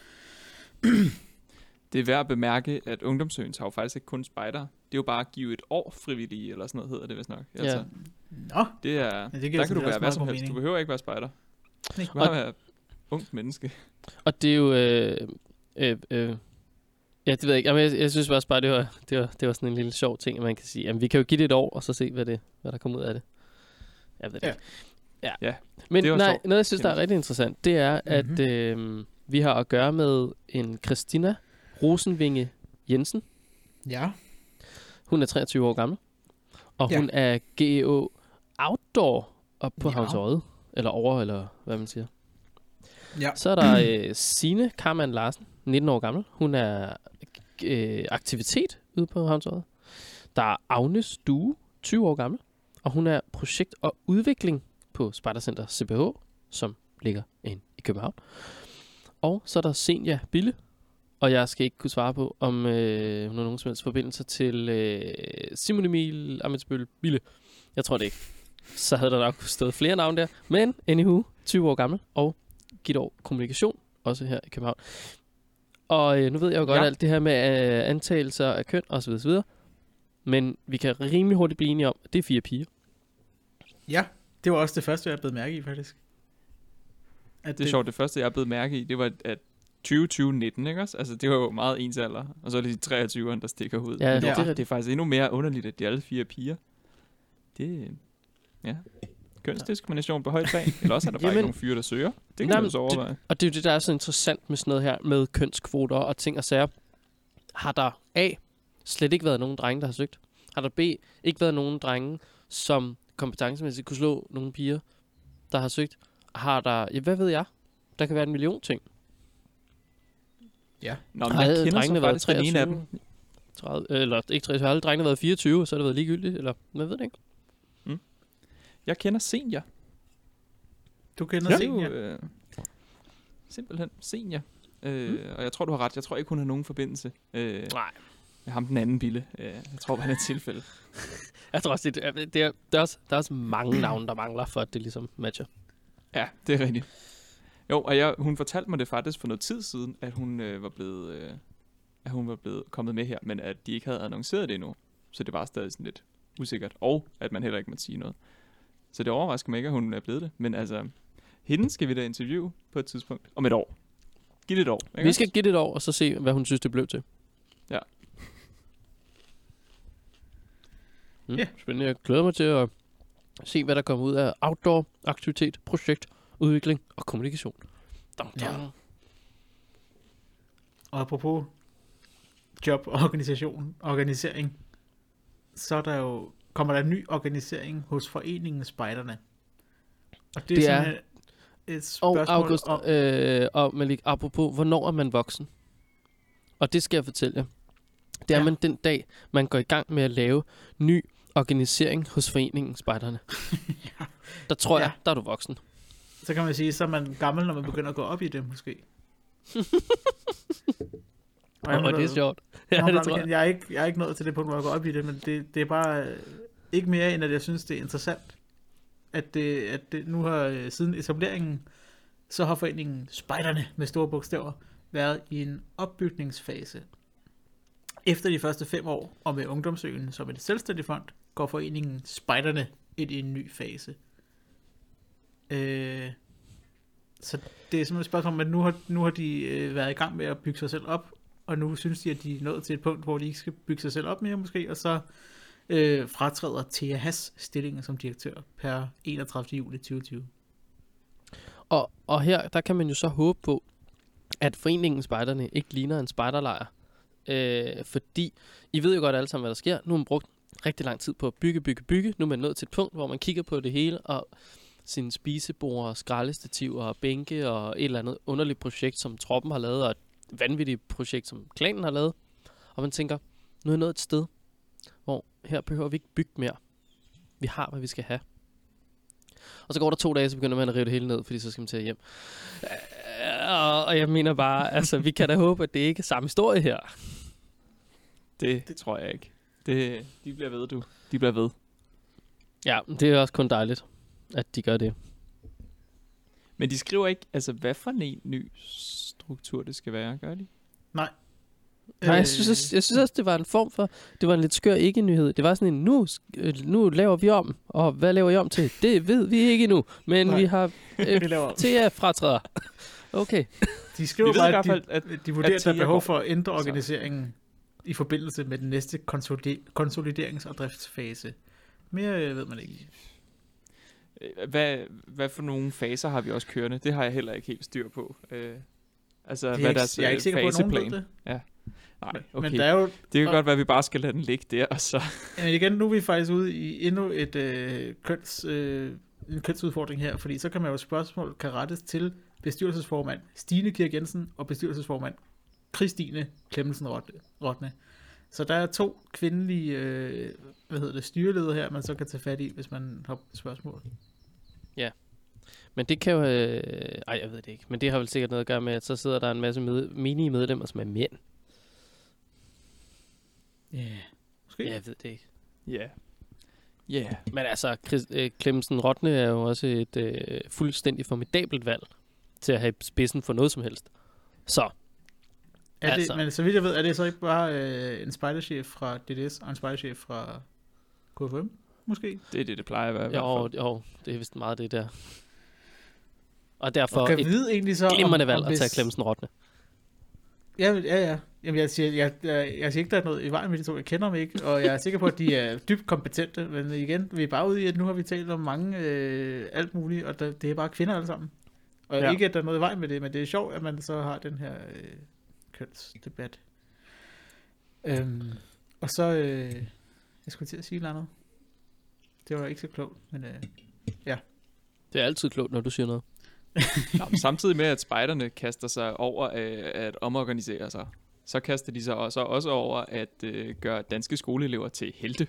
Det er værd at bemærke, at Ungdomsøen tager jo faktisk ikke kun spejder. Det er jo bare at give et år frivillige, eller sådan noget hedder det vist nok. Ja. Altså, Nå, det er, det giver der kan sådan du også være hvad meget som god helst. mening. Du behøver ikke være spejder. Nej. Du kan bare være ungt menneske. Og det er jo... Øh, øh, øh, ja, det ved jeg ikke. Jamen, jeg, jeg synes bare, bare det var, det, var, det var sådan en lille sjov ting, at man kan sige, jamen, vi kan jo give det et år, og så se, hvad, det, hvad der kommer ud af det. Jeg ved det Ja. ikke. Ja. Ja, Men det var nej, sjovt. noget jeg synes, der er Jamen. rigtig interessant, det er, at Mhm. øh, vi har at gøre med en Christina Rosenvinge Jensen. Ja. Hun er treogtyve år gammel, og Ja. hun er G E Å Outdoor op på Ja. ja. Havns Odde, eller over, eller hvad man siger. Ja. Så er der øh, Signe Karmann Larsen, nitten år gammel. Hun er øh, aktivitet ude på Havns Odde. Der er Agnes Due, tyve år gammel, og hun er projekt og udvikling på Spejdercenter C P H, som ligger inde i København. Og så er der Senja Bille, og jeg skal ikke kunne svare på, om øh, hun har nogen som helst forbindelser til øh, Simon Emil Amitsbøl Bille. Jeg tror det ikke. Så havde der nok stået flere navne der. Men anywho, tyve år gammel, og givet år kommunikation, også her i København. Og øh, nu ved jeg jo godt Ja. alt det her med øh, antagelser af køn osv. osv. Men vi kan rimelig hurtigt blive enige om, at det er fire piger. Ja, det var også det første, jeg blev mærke i, faktisk. At Det er sjovt. Det første, jeg blev mærke i, det var, at tyve tyve nitten, ikke også? Altså, det var jo meget ens alder. Og så er det de treogtyverne, der stikker ud. Ja, Men det, det er var, rigtigt. det er faktisk endnu mere underligt, at de alle fire er piger. Det, ja. kønsdiskrimination på højt plan, eller også er der bare Jamen- ikke nogen fyre, der søger. Det kan Nej, man men så overveje. Og det er jo det, der er så interessant med sådan noget her, med kønskvoter og ting og sager. Har der A, slet ikke været nogen drenge, der har søgt? Har der B, ikke været nogen drenge, som kompetencemæssigt kunne slå nogle piger, der har søgt? Har der, ja, hvad ved jeg? Der kan være en million ting. Ja. Nå, men Har jeg havde kender drengene så været faktisk den ene af dem. treogtyve? tredive, eller ikke treogtyve, har alle drengene været fireogtyve, så har det været ligegyldigt, eller man ved det ikke. Jeg kender Senior. Du kender Ja. ja. Det er Senior. jo, øh, simpelthen Senior. Øh, Mm. Og jeg tror, du har ret. Jeg tror ikke, hun har nogen forbindelse. Øh, Nej. med ham den anden bille. Øh, jeg tror, han er et tilfælde. Jeg tror også, det er, det er, der, er også, der er også mange navne, der mangler, for at det ligesom matcher. Ja, det er rigtigt. Jo, og jeg, hun fortalte mig det faktisk for noget tid siden, at hun øh, var blevet, øh, at hun var blevet kommet med her, men at de ikke havde annonceret det endnu. Så det var stadig sådan lidt usikkert, og at man heller ikke måtte sige noget. Så det overrasker mig ikke, at hun er blevet det. Men altså, hende skal vi da interviewe på et tidspunkt. Om et år. Giv det et år. Ikke Vi også? skal give det et år, og så se, hvad hun synes, det blev til. Ja. Mm, Ja. Spændende. Jeg glæder mig til at se, hvad der kommer ud af outdoor, aktivitet, projekt, udvikling og kommunikation. Dum, dum. Ja. Og apropos job, organisation, organisering, så er der jo, kommer der en ny organisering hos foreningen Spejderne. Og det, Det er er- simpelthen et Og spørgsmål August om, øh, og Malik, apropos, hvornår er man voksen? Og det skal jeg fortælle jer. Det er Ja. man den dag, man går i gang med at lave ny organisering hos foreningen Spejderne. Ja. Der tror Ja. jeg, der er du voksen. så kan man sige, så er man gammel, når man begynder at gå op i det, måske. Og, og det er sjovt. Ja, Ja, det tror jeg. jeg. Er ikke, jeg er ikke nået til det punkt, hvor jeg går op i det, men det, det er bare øh, ikke mere, end at jeg synes, det er interessant, at det, at det nu har, øh, siden etableringen, så har foreningen Spejderne med store bogstaver været i en opbygningsfase. Efter de første fem år, og med Ungdomsøen som et selvstændig fond, går foreningen Spejderne ind i en ny fase. Øh, så det er simpelthen et spørgsmål om, at nu har, nu har de øh, været i gang med at bygge sig selv op, og nu synes de, at de er nået til et punkt, hvor de ikke skal bygge sig selv op mere måske, og så øh, fratræder Thea Hass stillingen som direktør per enogtredivte juli tyve tyve. Og, og her, der kan man jo så håbe på, at foreningen Spejderne ikke ligner en spejderlejr. Øh, fordi, I ved jo godt alle sammen, hvad der sker. Nu har man brugt rigtig lang tid på at bygge, bygge, bygge. Nu er man nået til et punkt, hvor man kigger på det hele, og sine spisebord, skraldestativer og bænke, og et eller andet underligt projekt, som troppen har lavet, og et vanvittigt projekt, som klanen har lavet. Og man tænker, nu er jeg nået et sted, hvor her behøver vi ikke bygge mere. Vi har, hvad vi skal have. Og så går der to dage, så begynder man at rive det hele ned, fordi så skal man til hjem. Øh, Og og jeg mener bare, altså, vi kan da håbe, at det ikke er samme historie her. Det, det tror jeg ikke. Det, de bliver ved, du. De bliver ved. Ja, det er også kun dejligt, at de gør det. Men de skriver ikke, altså hvad for en ny struktur det skal være, gør de? Nej, jeg synes, også, jeg synes også, det var en form for, det var en lidt skør ikke-nyhed. Det var sådan en, nu, sk- nu laver vi om, og hvad laver I om til? Det ved vi ikke endnu, men Nej. vi har øh, Vi laver- Thea fratræder. Okay. De skriver Vi ved bare, i at hvert de, fald, at- de vurderer, at at der er Thea behov går. for at ændre Så. organiseringen i forbindelse med den næste konsoli- konsoliderings- og driftsfase. Mere øh, ved man ikke. Øh, Hvad, hvad for nogle faser har vi også kørende? Det har jeg heller ikke helt styr på. Øh, altså, Det er hvad ikke, deres jeg er ikke øh, sikker på, at nogen ved faseplan. det. Nej, Men, okay. men der er jo, Det kan og- godt være, at vi bare skal lade den ligge der, og så... men igen, nu er vi faktisk ude i endnu et øh, køns, øh, en kønsudfordring her, fordi så kan man jo spørgsmål kan rettes til bestyrelsesformand Stine Kirk Jensen og bestyrelsesformand Christine Klemmensen Rotne. Så der er to kvindelige øh, hvad hedder det, styreledere her, man så kan tage fat i, hvis man har spørgsmål. Men det kan jo... Øh, ej, jeg ved det ikke. Men det har vel sikkert noget at gøre med, at så sidder der en masse med, menige medlemmer, som er mænd. Ja, yeah. måske. Ja, jeg ved det ikke. Ja. Ja. Men altså, Chris, øh, Clemmensen Rotne er jo også et øh, fuldstændig formidabelt valg til at have spidsen for noget som helst. Så, Er det, Altså. Men så vidt jeg ved, er det så ikke bare øh, en spejderchef fra D D S og en spejderchef fra K F M, måske? Det er det, det plejer at være. i hvert jo, fald. jo, det er vist meget det der. Og derfor Og kan et vide egentlig så... glimrende valg om at tage hvis- Clemmensen Rotne. Ja, ja, ja. Jamen, jeg siger, jeg, jeg, jeg siger ikke, der er noget i vejen med de to. Jeg kender dem ikke, og jeg er sikker på, at de er dybt kompetente. Men igen, vi er bare ude i, at nu har vi talt om mange øh, alt muligt, og der, det er bare kvinder alle sammen. Og Ja. ikke, at der er noget i vejen med det, men det er sjovt, at man så har den her øh, kønsdebat. Øhm, og så, øh, jeg skulle til at sige noget andet. Det var ikke så klogt, men øh, Det er altid klogt, når du siger noget. Nå, men samtidig med, at spejderne kaster sig over øh, at omorganisere sig, så kaster de sig også, også over at øh, gøre danske skoleelever til helte.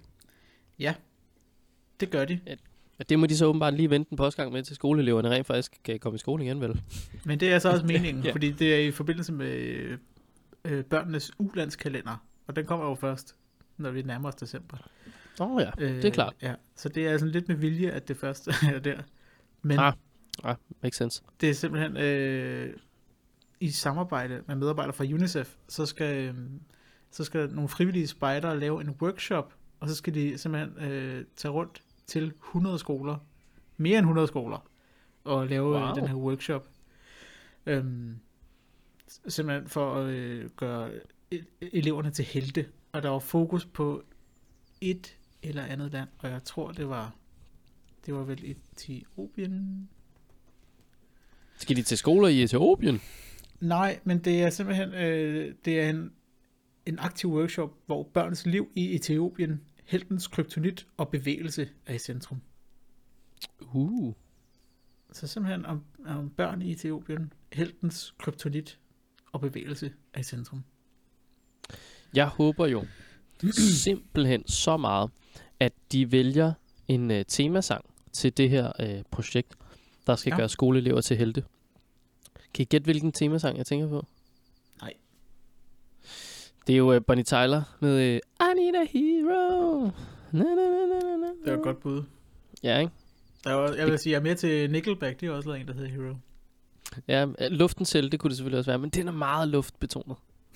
det gør de. Og det må de så åbenbart lige vente en postgang med, til skoleeleverne rent faktisk kan komme i skole igen, vel? Men det er så også meningen, Ja. fordi det er i forbindelse med øh, børnenes ulandskalender, og den kommer jo først, når vi nærmer os december. Åh oh, ja, det er klart. Ja, så det er sådan lidt med vilje, at det først er der. Men Ah. Ah, makes sense. det er simpelthen øh, i samarbejde med medarbejdere fra UNICEF, så skal, øh, så skal nogle frivillige spejdere lave en workshop, og så skal de simpelthen øh, tage rundt til hundrede skoler, mere end hundrede skoler, og lave wow. Wow. den her workshop. Øhm, simpelthen for at øh, gøre e- eleverne til helte. Og der var fokus på et eller andet land, og jeg tror, det var det var vel Etiopien. Skal de til skoler i Etiopien? Nej, men det er simpelthen øh, det er en, en aktiv workshop, hvor børns liv i Etiopien, heltens kryptonit og bevægelse er i centrum. Uh. Så simpelthen om, om børn i Etiopien, heltens kryptonit og bevægelse er i centrum. Jeg håber jo simpelthen så meget, at de vælger en uh, temasang til det her uh, projekt, der skal Ja. ja. gøre skoleelever til helte. Kan I gætte, hvilken temasang jeg tænker på? Nej. Det er jo uh, Bonnie Tyler med uh, I Need a Hero. Na, na, na, na, na. Det var et godt bud. Ja, ikke? Der var, jeg vil sige, jeg er mere til Nickelback, det er også lavet en, der hedder Hero. Ja, uh, luftens helte kunne det selvfølgelig også være, men den er meget luftbetonet.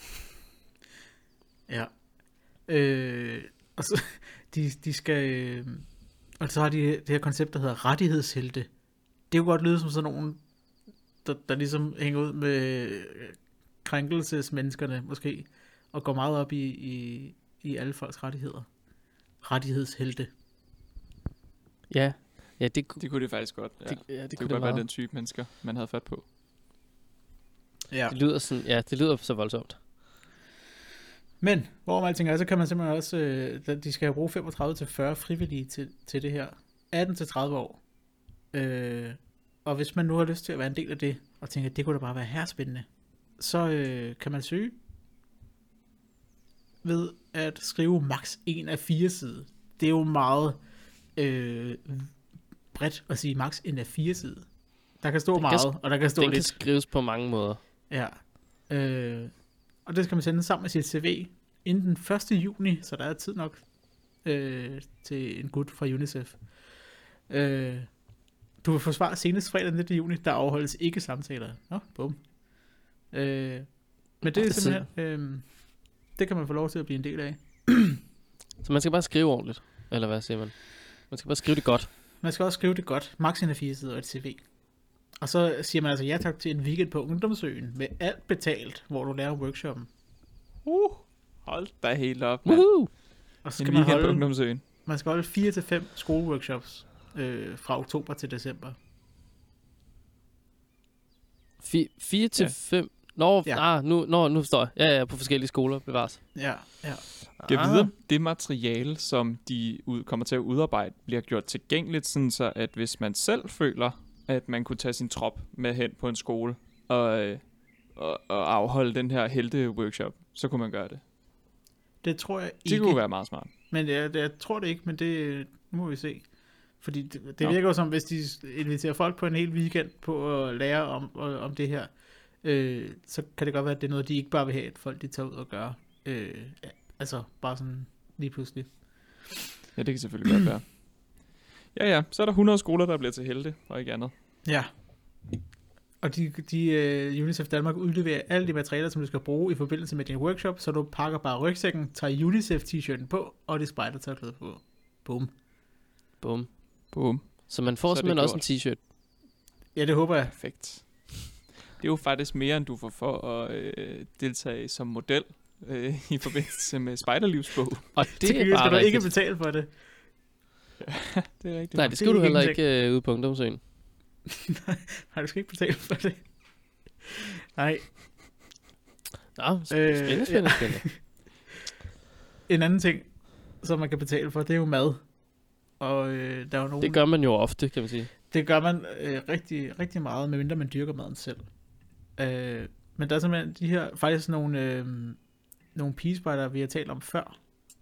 Ja. Øh, og så, de, de skal, øh, og så har de det her koncept, der hedder rettighedshelte. Det kunne godt lyde som sådan nogen, der, der ligesom hænger ud med krænkelsesmenneskerne måske, og går meget op i, i, i alle folks rettigheder. Rettighedshelte. Ja, ja det, ku- Det kunne det faktisk godt. Ja. det, Det, ja, det, det kunne kunne det godt være meget. den type mennesker, man havde fat på. Ja. Det lyder sådan, ja, det lyder så voldsomt. Men, hvorom alting er, så kan man simpelthen også, øh, de skal bruge femogtredive til fyrre frivillige til, til det her. atten til tredive år. Øh, og hvis man nu har lyst til at være en del af det, og tænker, at det kunne da bare være herspændende, så øh, kan man søge ved at skrive max en af fire side. Det er jo meget øh, bredt at sige max en af fire side. Der kan stå Den kan meget, sk- og der kan stå Den lidt. kan skrives på mange måder. Ja. Øh, og det skal man sende sammen med sit C V inden den første juni, så der er tid nok øh, til en gut fra UNICEF. Øh, du vil få svar senest fredag den nittende juni, der afholdes ikke samtaler. Nå, bum. Øh, men det er Det er simpelthen, øh, det kan man få lov til at blive en del af. Så man skal bare skrive ordentligt. Eller hvad siger man? Man skal bare skrive det godt. Man skal også skrive det godt. Max en af fire sider og et C V. Og så siger man altså ja tak til en weekend på Ungdomsøen med alt betalt, hvor du lærer workshoppen. Uh, hold da helt op, mand. Woohoo! Og så En skal man weekend på holde, Ungdomsøen. man skal holde fire til fem skoleworkshops øh, fra oktober til december. fire til Ja. fem. Nå, Ja. ja. ah, nu, nå, nu står jeg. Ja, ja, på forskellige skoler bevares. Ja, ja. Giv Ah. videre, det materiale, som de ud, kommer til at udarbejde, bliver gjort tilgængeligt, sådan så at hvis man selv føler, at man kunne tage sin trop med hen på en skole og, øh, og, og afholde den her helte-workshop, så kunne man gøre det. Det tror jeg Det ikke. kunne være meget smart. Men jeg, jeg tror det ikke, men det nu må vi se. Fordi det, det Nå. virker jo som, hvis de inviterer folk på en hel weekend på at lære om, om det her, øh, så kan det godt være, at det er noget, de ikke bare vil have, at folk de tager ud og gør. Øh, altså bare sådan lige pludselig. Ja, det kan selvfølgelig godt være. Ja, ja, så er der hundrede skoler, der bliver til helte, og ikke andet. Ja. Og de, de uh, UNICEF Danmark udleverer alle de materialer, som du skal bruge i forbindelse med din workshop, så du pakker bare rygsækken, tager UNICEF t-shirten på, og det spejder tørklæde på. Boom. Bum. Boom. Så man får Så er det simpelthen også en gjort. t-shirt. Ja, det håber jeg. Perfekt. Det er jo faktisk mere, end du får for at øh, deltage som model øh, i forbindelse med Spejderlivsbog. Og Det det Til er gengæld bare skal du ikke rigtigt. betale for det. Det er rigtigt. Nej, det Det skal er du heller ingenting. ikke øh, ude på ungdomsøen. Nej, du skal ikke betale for det. Nej. Nå, Øh, spændende, spændende, spændende. En anden ting, som man kan betale for, det er jo mad. Og øh, der er jo nogen... Det gør man jo ofte, kan man sige. Det gør man øh, rigtig, rigtig meget, medmindre man dyrker maden selv. Øh, men der er simpelthen de her, faktisk nogle, øh, nogle pigespejder, vi har talt om før.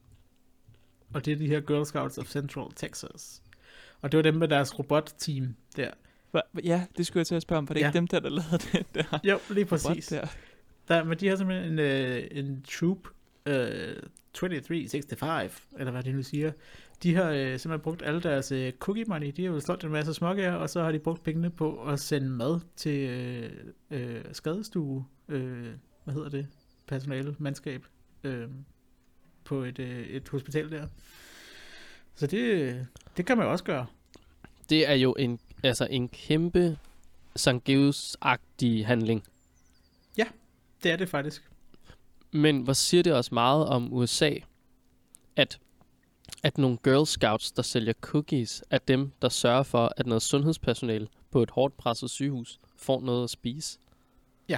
Og det er de her Girl Scouts of Central Texas. Og det var dem med deres robot-team der. Hva? Ja, det skulle jeg til at spørge om. Var det Ja. ikke dem der, der lavede det der? Jo, lige robot præcis. Der. Der, men de har simpelthen en, øh, en troop øh, to tre seks fem, eller hvad de nu siger. De har øh, simpelthen brugt alle deres øh, cookie money. De har jo slået en masse småkager, og så har de brugt pengene på at sende mad til øh, øh, skadestue, øh, hvad hedder det, personale, mandskab, øh, på et, øh, et hospital der. Så det, det kan man jo også gøre. Det er jo en, altså en kæmpe Sankt Geus-agtig handling. Det er det faktisk. Men hvor siger det også meget om U S A, at, at nogle Girl Scouts, der sælger cookies, er dem, der sørger for, at noget sundhedspersonale på et hårdt presset sygehus får noget at spise. Ja.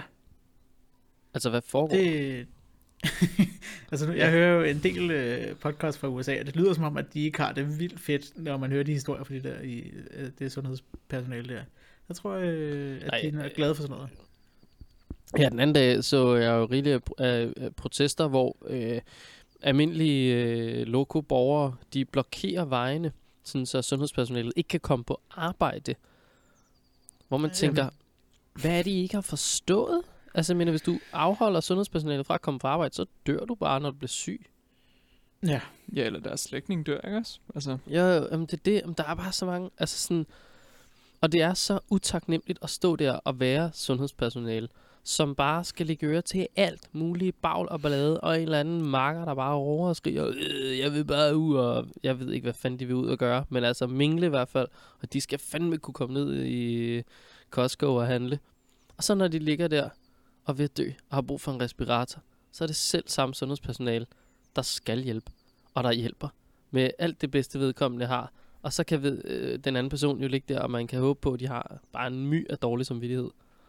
Altså, hvad foregår? Det, altså nu, jeg hører jo en del øh, podcast fra U S A, og det lyder som om, at de ikke har det vildt fedt, når man hører de historier fra de der, i, øh, det sundhedspersonale der. Jeg tror, øh, at Ej, de er glade for sådan noget. Ja, den anden dag så jeg jo rigeligt af af protester, hvor øh, almindelige øh, lokoborgere, de blokerer vejene, sådan så sundhedspersonalet ikke kan komme på arbejde. Hvor man Jamen. tænker, hvad er det, I ikke har forstået? Altså, jeg mener, hvis du afholder sundhedspersonalet fra at komme på arbejde, så dør du bare, når du bliver syg. Ja. Ja, eller deres slægtning dør, ikke også? Altså, Ja, jamen det er det. Jamen, der er bare så mange, altså sådan, og det er så utaknemmeligt at stå der og være sundhedspersonale, som bare skal lægge øre til alt muligt bagl og ballade, og en eller anden marker, der bare roer og skriger, øh, jeg vil bare ud, og jeg ved ikke, hvad fanden de vil ud og gøre, men altså mingle i hvert fald, og de skal fandme kunne komme ned i Costco og handle. Og så når de ligger der og vil dø, og har brug for en respirator, så er det selv samme sundhedspersonale, der skal hjælpe, og der hjælper med alt det bedste vedkommende har. Og så kan ved, øh, den anden person jo ligge der, og man kan håbe på, at de har bare en my af dårlig samvittighed.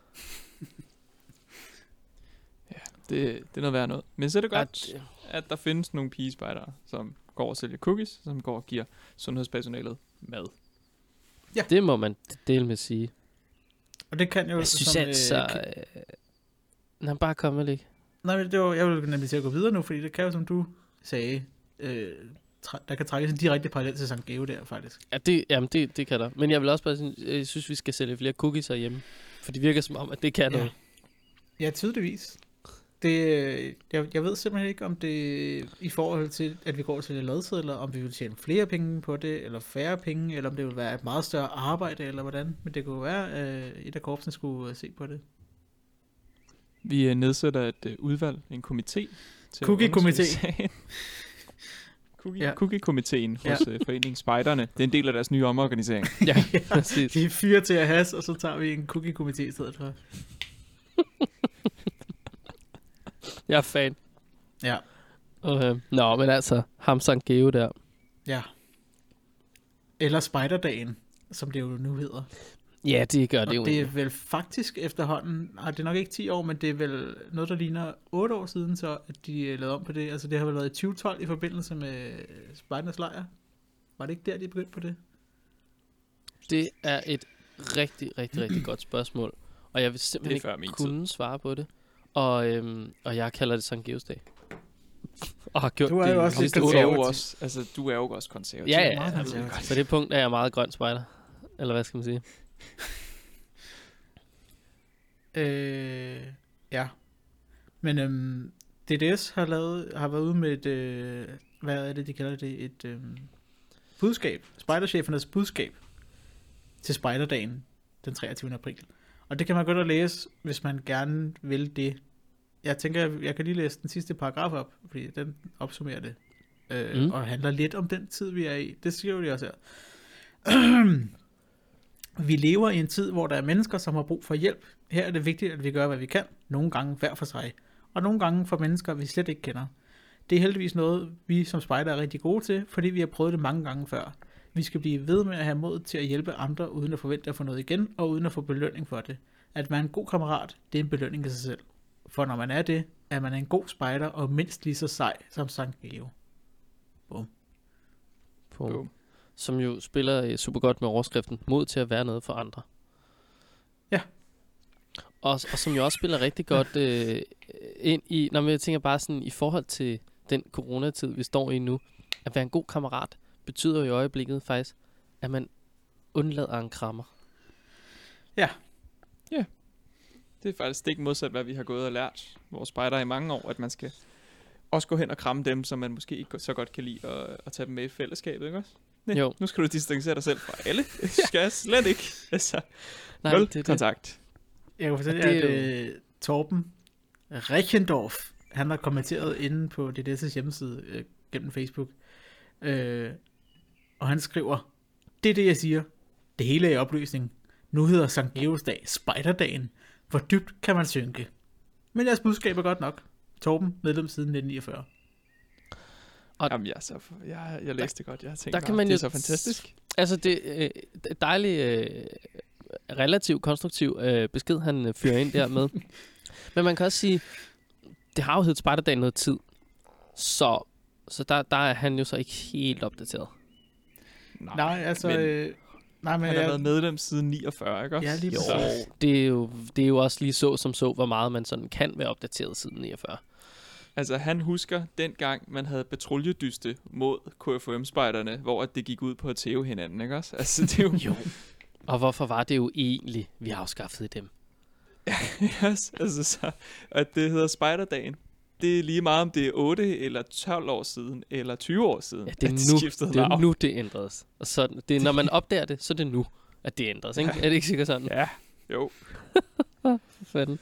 det, det er noget værd noget. Men så er det godt, At, at der findes nogle pigespejdere, som går og sælger cookies, som går og giver sundhedspersonalet mad. det må man dele med sige. Og det kan jo... Jeg synes som, altså... Øh, kan, Øh, nej, bare kom med lidt. nej, men det var, jeg vil nemlig til at gå videre nu, fordi det kan jo, som du sagde, øh, træ, der kan trækkes en direkte parallel til Sankt Geo der, faktisk. Ja, det, jamen det, det kan der. Men jeg vil også bare sige, jeg synes, vi skal sælge flere cookies herhjemme. For det virker som om, at det kan Ja. noget. Ja, tydeligvis. Det, jeg, jeg ved simpelthen ikke, om det i forhold til, at vi går til lodsedler, om vi vil tjene flere penge på det, eller færre penge, eller om det vil være et meget større arbejde, eller hvordan. Men det kunne være, at et af korpsene skulle øh, se på det. Vi øh, nedsætter et øh, udvalg, en komité. til at Cookie-komité. undersøge sagen. Cookie, Ja. ja. Cookie-komiteen hos Ja. øh, Foreningen Spejderne. Det er en del af deres nye omorganisering. Ja, præcis. De er fire til at has, og så tager vi en cookie-komité i stedet for. Jeg er fan. Ja. Okay. Nå, men altså, ham Sankt Geo der. Ja. Eller Spejderdagen, som det jo nu hedder. Ja, det gør Og det jo det er egentlig. vel faktisk efterhånden, nej, det er nok ikke ti år, men det er vel noget, der ligner otte år siden, så at de øh, lavede om på det. Altså det har vel været i tyve tolv i forbindelse med Spejdernes Lejr. Var det ikke der, de begyndte på det? Det er et rigtig, rigtig, rigtig godt spørgsmål. Og jeg vil Det simpelthen er før ikke min kunne svare på det. Og, øhm, og jeg kalder det Sankt Geos dag. Og har gjort Du er det jo i også de lidt sidste Du otte er jo konservativ. også, altså, du er jo også konservativ. Ja, ja, meget ja. konservativ. På det punkt er jeg meget grøn spejder. Eller hvad skal man sige? Øh, ja. Men øhm, D D S har, lavet, har været ude med et, øh, hvad er det, de kalder det, et øh, budskab. Spejderchefernes budskab til Spejderdagen den treogtyvende april. Og det kan man godt at læse, hvis man gerne vil det. Jeg tænker, jeg, jeg kan lige læse den sidste paragraf op, fordi den opsummerer det. Øh, Mm. Og handler lidt om den tid, vi er i. Det skriver de også her. Vi lever i en tid, hvor der er mennesker, som har brug for hjælp. Her er det vigtigt, at vi gør, hvad vi kan, nogle gange hver for sig. og nogle gange for mennesker, vi slet ikke kender. Det er heldigvis noget, vi som spejder er rigtig gode til, fordi vi har prøvet det mange gange før. Vi skal blive ved med at have mod til at hjælpe andre, uden at forvente at få noget igen, og uden at få belønning for det. At være en god kammerat, det er en belønning i sig selv. For når man er det, er man en god spejder, og mindst lige så sej som Sankt Geo. Bum. På, Boom. som jo spiller øh, super godt med overskriften mod til at være noget for andre. Ja. Og, og som jo også spiller rigtig godt øh, ind i, når jeg tænker bare sådan i forhold til den coronatid, vi står i nu, at være en god kammerat betyder jo i øjeblikket faktisk, at man undlader en krammer. Det er faktisk stik modsat, hvad vi har gået og lært vores spejdere i mange år, at man skal også gå hen og kramme dem, som man måske ikke så godt kan lide, og, og tage dem med i fællesskabet, ikke også? Nej, Jo. nu skal du distancere dig selv fra alle. Det skal jeg slet ikke. Altså, Nej, nul det er det. kontakt. Jeg kan fortælle Og jer, det at er uh, Torben Reichendorf, han har kommenteret inde på D D S' hjemmeside uh, gennem Facebook, uh, og han skriver, det er det, jeg siger. Det hele er i opløsning. Nu hedder Sankt Georgs dag Spejderdagen. Hvor dybt kan man synke? Men jeres budskab er godt nok. Torben, medlem siden nitten niogfyrre. Og Jamen, jeg, er så, jeg, jeg læste det godt. Jeg tænkte der bare, kan man det er jo så fantastisk. Altså det øh, dejlige, øh, relativt konstruktiv øh, besked, han øh, fyrer ind der med. Men man kan også sige, det har jo heddet Spejderdagen noget tid. Så, så der, der er han jo så ikke helt opdateret. Nej, Nej, altså... men Øh, nej, men han har jeg, været medlem siden niogfyrre, ikke også? Ja, lige Jo, præcis. det er jo, det er jo også lige så som så, hvor meget man sådan kan være opdateret siden niogfyrre. Altså, han husker dengang, man havde patruljedyste mod K F U M-spejderne, hvor det gik ud på at tæve hinanden, ikke også? Altså, det er jo... Jo. Og hvorfor var det jo egentlig, vi afskaffede dem? yes, altså, så, at det hedder Spejderdagen. Det er lige meget, om det er otte eller tolv år siden, eller tyve år siden, Ja, det er at nu, skiftede det er navn. nu, det ændredes. Og sådan, det er, når man opdager det, så er det nu, at det ændres. Ikke? Ja. Er det ikke sikkert sådan? Ja, jo. For fanden.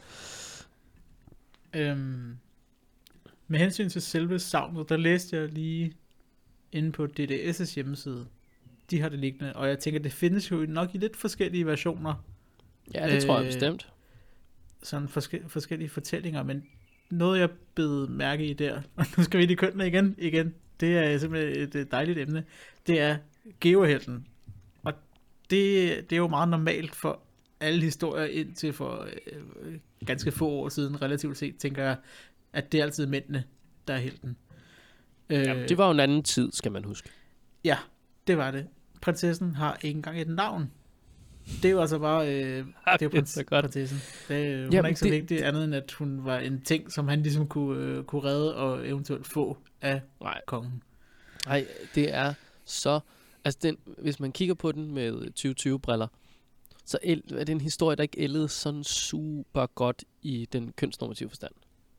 Øhm, med hensyn til selve savnet, der læste jeg lige inde på D D S' hjemmeside. De har det liggende, og jeg tænker, det findes jo nok i lidt forskellige versioner. Ja, det øh, tror jeg Øh, bestemt. Sådan forske- forskellige fortællinger, men noget jeg bed mærke i der, og nu skal vi lige kønne igen, igen, det er simpelthen et, et dejligt emne, det er geohelten. Og det, det er jo meget normalt for alle historier indtil for øh, ganske få år siden, relativt set, tænker jeg, at det er altid mændene, der er helten. Øh, Jamen, det var jo en anden tid, skal man huske. Ja, det var det. Prinsessen har ikke engang et navn. Det er jo altså bare... Øh, det er jo det er så prins- godt. prinsessen. Det, øh, hun Jamen, er ikke så det- vigtig andet end, at hun var en ting, som han ligesom kunne, øh, kunne redde og eventuelt få af Nej, kongen. nej, det er så... Altså, den, hvis man kigger på den med tyve tyve-briller, så el, er det en historie, der ikke ældede sådan super godt i den kønsnormative forstand.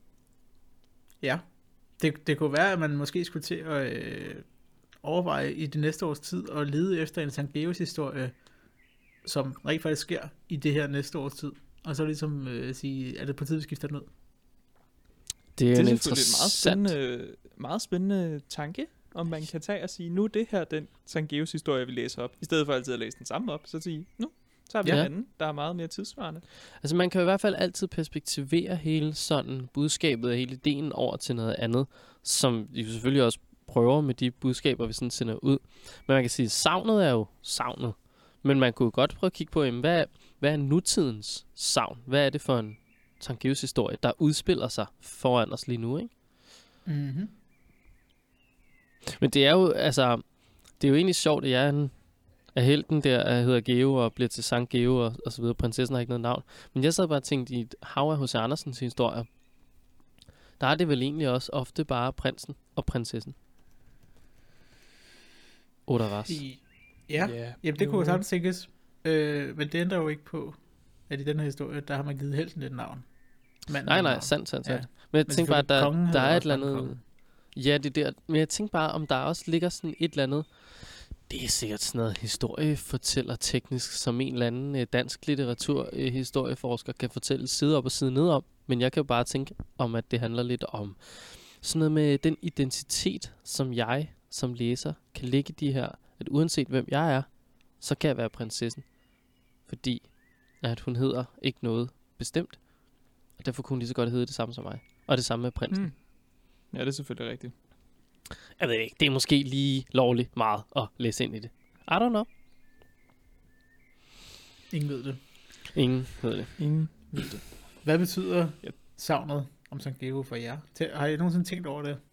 Ja. Det, det kunne være, at man måske skulle til at øh, overveje i det næste års tid og lede efter en Sankt Georgs historie, som rent faktisk sker i det her næste års tid. Og så ligesom øh, sige, er det på tide, vi skifter den ud? Det er, Det er en selvfølgelig en meget interessant... spændende, meget spændende tanke, om man kan tage og sige, nu er det her den Sankt Georgs historie, vi læser op. I stedet for altid at læse den samme op, så sige, nu tager vi Ja. en anden, der er meget mere tidsvarende. Altså man kan i hvert fald altid perspektivere hele sådan budskabet og hele ideen over til noget andet, som vi jo selvfølgelig også prøver med de budskaber, vi sådan sender ud. Men man kan sige, at savnet er jo savnet. Men man kunne godt prøve at kigge på, jamen, hvad, er, hvad er nutidens savn? Hvad er det for en Sankt Georgs historie, der udspiller sig foran os lige nu, ikke? Mm-hmm. Men det er jo, altså, det er jo egentlig sjovt, at jeg er en af helten der, der hedder Geo og bliver til Sankt Geo og, og så videre. Prinsessen har ikke noget navn. Men jeg sad bare og tænkte, i et hav af H C Andersens historier, der er det vel egentlig også ofte bare prinsen og prinsessen. Oder was? I, ja, Yeah. jamen det kunne jo sagtens tænkes. Øh, men det ændrer jo ikke på, at i den her historie, der har man givet helten et navn. Manden Nej, et nej, navn. sandt, sandt, sandt. Ja. Men jeg Men tænker bare, at der, selvfølgelig, kongen der havde er et også eller været en andet... konge. Ja, det der. Men jeg tænker bare, om der også ligger sådan et eller andet... Det er sikkert sådan noget historiefortæller teknisk, som en eller anden øh, dansk litteratur øh, historieforsker kan fortælle side op og side ned om. Men jeg kan jo bare tænke om, at det handler lidt om sådan noget med den identitet, som jeg som læser kan lægge i de her. At uanset hvem jeg er, så kan jeg være prinsessen. Fordi at hun hedder ikke noget bestemt. Og derfor kunne hun lige så godt hedde det samme som mig. Og det samme med prinsen. Mm. Ja, det er selvfølgelig rigtigt. Jeg ved ikke, det er måske lige lovligt meget at læse ind i det. I don't know. Ingen ved det. Ingen ved det. Ingen ved det. Hvad betyder Yep. savnet om Sankt Georg for jer? Tæ- Har I nogensinde tænkt over det?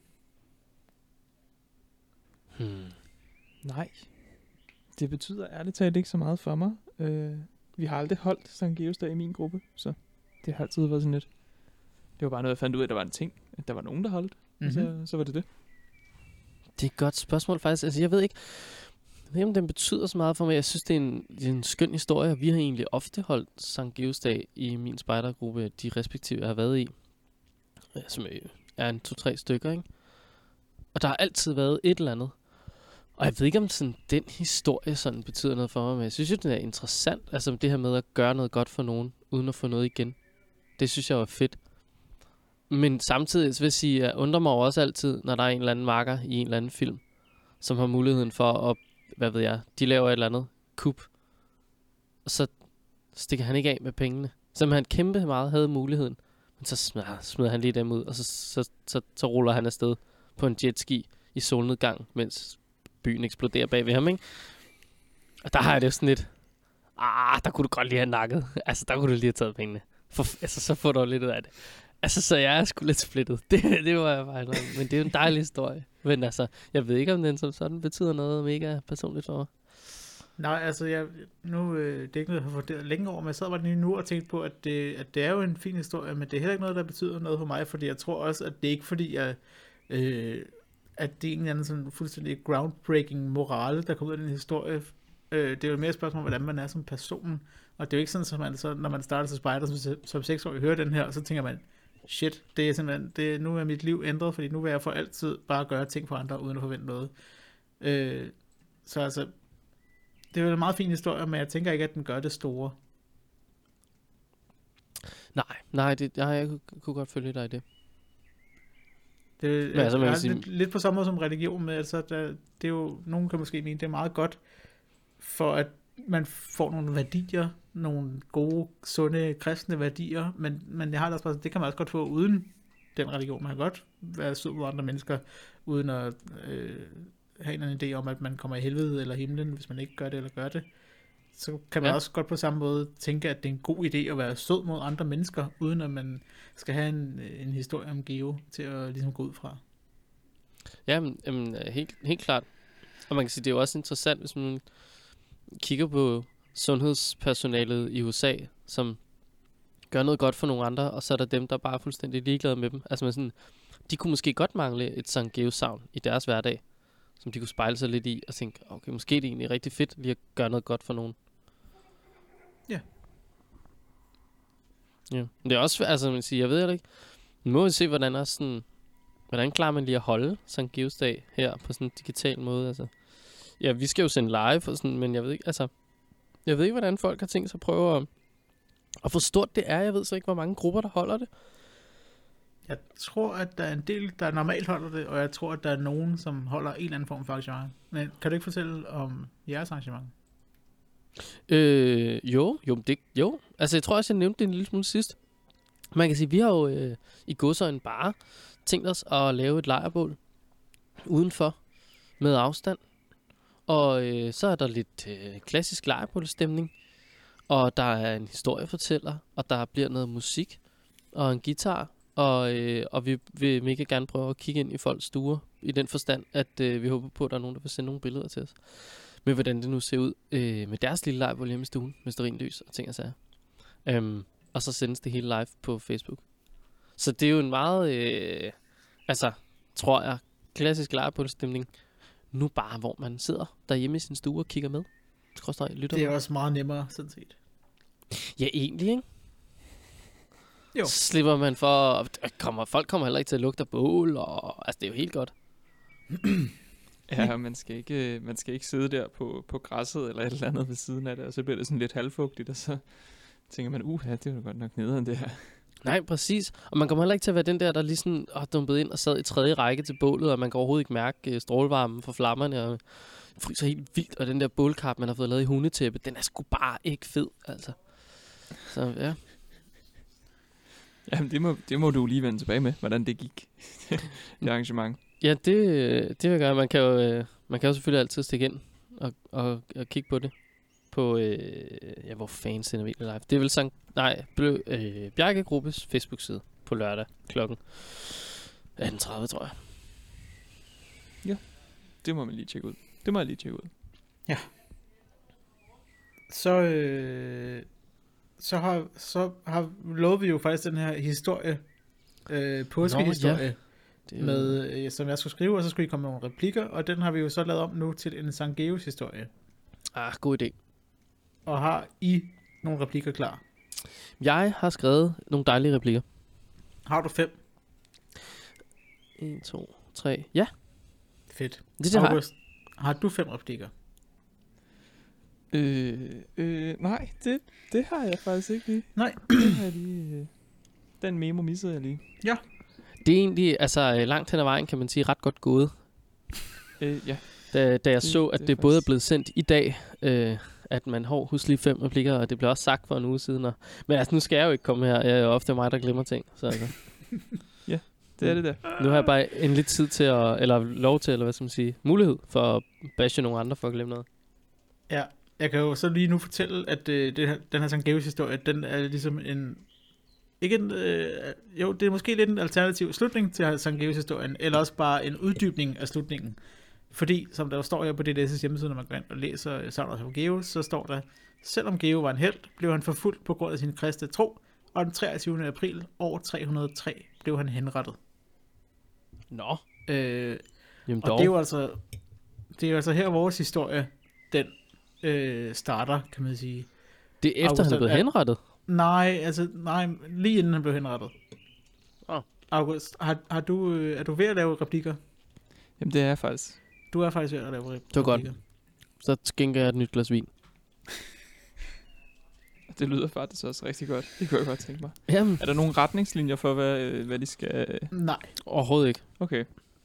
Hmm. Nej. Det betyder ærligt talt ikke så meget for mig. Øh, vi har aldrig holdt Sankt Georgs dag i min gruppe, så det har altid været sådan lidt. Det var bare noget, jeg fandt ud af, at der var en ting. At der var nogen, der holdt. Mm-hmm. Så, så var det det. Det er et godt spørgsmål faktisk. Altså, jeg ved ikke, jeg ved ikke, om den betyder så meget for mig. Jeg synes, det er en, det er en skøn historie. Vi har egentlig ofte holdt Sankt Georgs dag i min spejdergruppe, de respektive jeg har været i. Som er en to-tre stykker, ikke? Og der har altid været et eller andet. Og jeg ved ikke, om sådan, den historie sådan betyder noget for mig, men jeg synes jo, den er interessant. Altså det her med at gøre noget godt for nogen, uden at få noget igen. Det synes jeg var fedt. Men samtidig så vil jeg sige, at jeg undrer mig også altid, når der er en eller anden marker i en eller anden film, som har muligheden for at, hvad ved jeg, de laver et eller andet kup, og så stikker han ikke af med pengene. Som han kæmpe meget havde muligheden, men så smider, smider han lige dem ud, og så, så, så, så ruller han afsted på en jetski i solnedgang, mens byen eksploderer bag ved ham, ikke? Og der har jeg det jo sådan lidt, ah, der kunne du godt lige have nakket. Altså, der kunne du lige have taget pengene. For, altså, så får du lidt ud af det. Altså, så jeg er sgu lidt splittet. Det, det var jeg bare indrømme. Men det er jo en dejlig historie. Men altså, jeg ved ikke, om den som sådan betyder noget mega personligt for mig. Nej, altså, jeg, nu øh, det er ikke noget, jeg har funderet længe over, men jeg sad bare lige nu og tænkte på, at det, at det er jo en fin historie, men det er heller ikke noget, der betyder noget for mig, fordi jeg tror også, at det er ikke fordi, jeg, øh, at det er en eller anden sådan fuldstændig groundbreaking morale, der kommer ud af den historie. Øh, det er jo mere et spørgsmål, hvordan man er som person, og det er jo ikke sådan, at man så, når man starter til spejder som, som seksårig, hører den her, og så tænker man, shit, det er simpelthen, det, nu er mit liv ændret, fordi nu vil jeg for altid bare gøre ting for andre, uden at forvente noget. Øh, så altså, det er jo en meget fin historie, men jeg tænker ikke, at den gør det store. Nej, nej, det, nej jeg kunne, kunne godt følge dig i det. Det Men altså, man er kan sige- lidt, lidt på samme måde som religion, med, altså, der, det er jo, nogen kan måske mene, det er meget godt, for at man får nogle værdier, nogle gode, sunde, kristne værdier, men, men jeg har det også bare, det kan man også godt få uden den religion. Man kan godt være sød mod andre mennesker, uden at øh, have en eller anden idé om, at man kommer i helvede eller himlen, hvis man ikke gør det eller gør det. Så kan man Ja. også godt på samme måde tænke, at det er en god idé at være sød mod andre mennesker, uden at man skal have en, en historie om Geo til at ligesom gå ud fra. Ja, men, jamen, helt, helt klart. Og man kan sige, det er jo også interessant, hvis man kigger på sundhedspersonalet i U S A, som gør noget godt for nogle andre, og så er der dem, der bare er fuldstændig ligeglade med dem. Altså man sådan, de kunne måske godt mangle et Sankt Georg-savn i deres hverdag, som de kunne spejle sig lidt i, og tænke, okay, måske er det egentlig rigtig fedt lige at gøre noget godt for nogen. Ja. Ja, men det er også, altså man siger, jeg ved heller ikke, nu må vi se, hvordan er sådan, hvordan klarer man lige at holde Sankt Georgs dag her på sådan en digital måde, altså. Ja, vi skal jo sende live og sådan, men jeg ved ikke, altså, jeg ved ikke, hvordan folk har tænkt sig at prøve at, at hvor stort det er. Jeg ved så ikke, hvor mange grupper, der holder det. Jeg tror, at der er en del, der normalt holder det, og jeg tror, at der er nogen, som holder en eller anden form for arrangement. Men kan du ikke fortælle om jeres arrangement? Øh, jo, jo, det, jo. Altså, jeg tror også, jeg nævnte det en lille smule sidst. Man kan sige, vi har jo øh, i Godsøjen bare tænkt os at lave et lejrbål udenfor med afstand. Og øh, så er der lidt øh, klassisk lejrbålstemning. Og der er en historiefortæller, og der bliver noget musik og en guitar. Og, øh, og vi vil mega gerne prøve at kigge ind i folks stuer, i den forstand, at øh, vi håber på, at der er nogen, der vil sende nogle billeder til os. Med hvordan det nu ser ud øh, med deres lille lejrbål hjemme i stuen, med stearinlys og ting og sager. Um, og så sendes det hele live på Facebook. Så det er jo en meget, øh, altså, tror jeg, klassisk lejrbålstemning. Nu bare, hvor man sidder derhjemme i sin stue og kigger med. Skråstreg, lytter Det er med. også meget nemmere, sådan set. Ja, egentlig, ikke? Jo. Så slipper man for, kommer, folk kommer heller ikke til at lugte af bål, og altså, det er jo helt godt. Ja, man skal ikke, man skal ikke sidde der på, på græsset eller et eller andet ved siden af det, og så bliver det sådan lidt halvfugtigt, og så tænker man, uh, ja, det er jo godt nok nederen det her. Nej, præcis. Og man kommer heller ikke til at være den der, der lige sådan har dumpet ind og sad i tredje række til bålet, og man kan overhovedet ikke mærke øh, strålevarmen fra flammerne, og fryser helt vildt, og den der bålkap, man har fået lavet i hundetæppe, den er sgu bare ikke fed, altså. Så ja. Jamen, det må, det må du lige vende tilbage med, hvordan det gik, det arrangement. Ja, det, det vil jeg gøre. Man kan jo, øh, man kan jo selvfølgelig altid stikke ind og, og, og kigge på det. På, øh, ja, hvor fanden sender vi det live? Det er vel Sankt, nej, Blø, øh, Bjarke Gruppes Facebook-side på lørdag klokken atten tredive, tror jeg. Det må man lige tjekke ud. Det må jeg lige tjekke ud. Så, øh, så, har, så har lovet vi jo faktisk den her historie, øh, påskehistorie, ja. Det er jo- med, øh, som jeg skulle skrive, og så skulle I komme med nogle replikker, og den har vi jo så lavet om nu til en Sankt Georgs historie. Ah, god idé. Og har I nogle replikker klar? Jeg har skrevet nogle dejlige replikker. Har du fem? en, to, tre. Ja, Fedt. det, det har jeg. August, har du fem replikker? Øh, øh, nej, det, det har jeg faktisk ikke lige. Nej. Det har jeg lige øh, den memo missede jeg lige. Det er egentlig, altså øh, langt hen ad vejen, kan man sige, ret godt gået. Øh, ja. Da, da jeg Det- så, at det det, er det både er faktisk- blevet sendt i dag, øh, at man har husk lige fem replikker, og det blev også sagt for en uge siden. Og, men altså, nu skal jeg jo ikke komme her. Jeg er jo ofte mig, der glemmer ting. Så altså, Det er det der. nu har jeg bare en lidt tid til at, eller lov til, eller hvad skal man sige, mulighed for at bashe nogle andre for at glemme noget. Ja, jeg kan jo så lige nu fortælle, at øh, det her, den her Sankt Georgs historie, den er ligesom en, ikke en, øh, jo, det er måske lidt en alternativ slutning til Sankt Georgs historien, eller også bare en uddybning af slutningen. Fordi, som der jo står her på D D S' hjemmeside, når man går ind og læser Sagnet om Georg, så står der, selvom Georg var en helt, blev han forfulgt på grund af sin kristne tro, og den treogtyvende april år tre hundrede og tre blev han henrettet. Nå. Øh, Jamen Og dog. det er jo altså, det er jo altså her vores historie, den øh, starter, kan man sige. det er efter, August, han er blevet er- henrettet. Nej, altså, nej, lige inden han blev henrettet. Åh. August, har, har du, øh, er du ved at lave replikker? Jamen, det er jeg faktisk. Du er faktisk ved at lave replikker. Det var godt. Så skænker jeg et nyt glas vin. Det lyder faktisk også rigtig godt. Det kunne jeg godt tænke mig. Jamen, Er der nogle retningslinjer for, hvad, øh, hvad de skal... Nej. overhovedet ikke. Okay.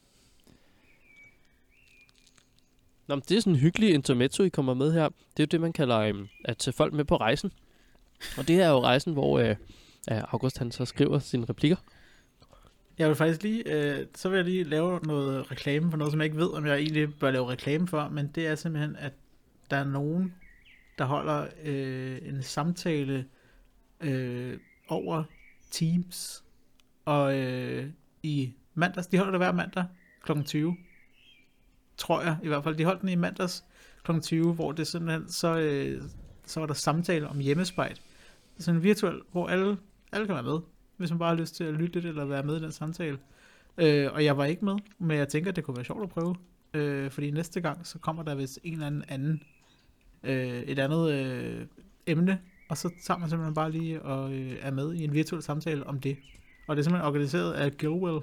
Nå, men det er sådan en hyggelig intermezzo, I kommer med her. Det er jo det, man kalder øhm, at tage folk med på rejsen. Og det er jo rejsen, hvor øh, August han så skriver sine replikker. Jeg vil faktisk lige, øh, så vil jeg lige lave noget reklame for noget, som jeg ikke ved, om jeg egentlig bør lave reklame for, men det er simpelthen, at der er nogen, der holder øh, en samtale øh, over Teams, og øh, i mandags, de holder det hver mandag klokken tyve, tror jeg i hvert fald, de holdt den i mandags klokken tyve, hvor det simpelthen, så, øh, så var der samtale om hjemmespejl, sådan en virtuel, hvor alle, alle kan være med, hvis man bare har lyst til at lytte lidt, eller være med i den samtale. Øh, og jeg var ikke med, men jeg tænker, at det kunne være sjovt at prøve, øh, fordi næste gang, så kommer der vist en eller anden anden, øh, et andet øh, emne, og så tager man simpelthen bare lige og øh, er med i en virtuel samtale om det. Og det er simpelthen organiseret af Gilwell.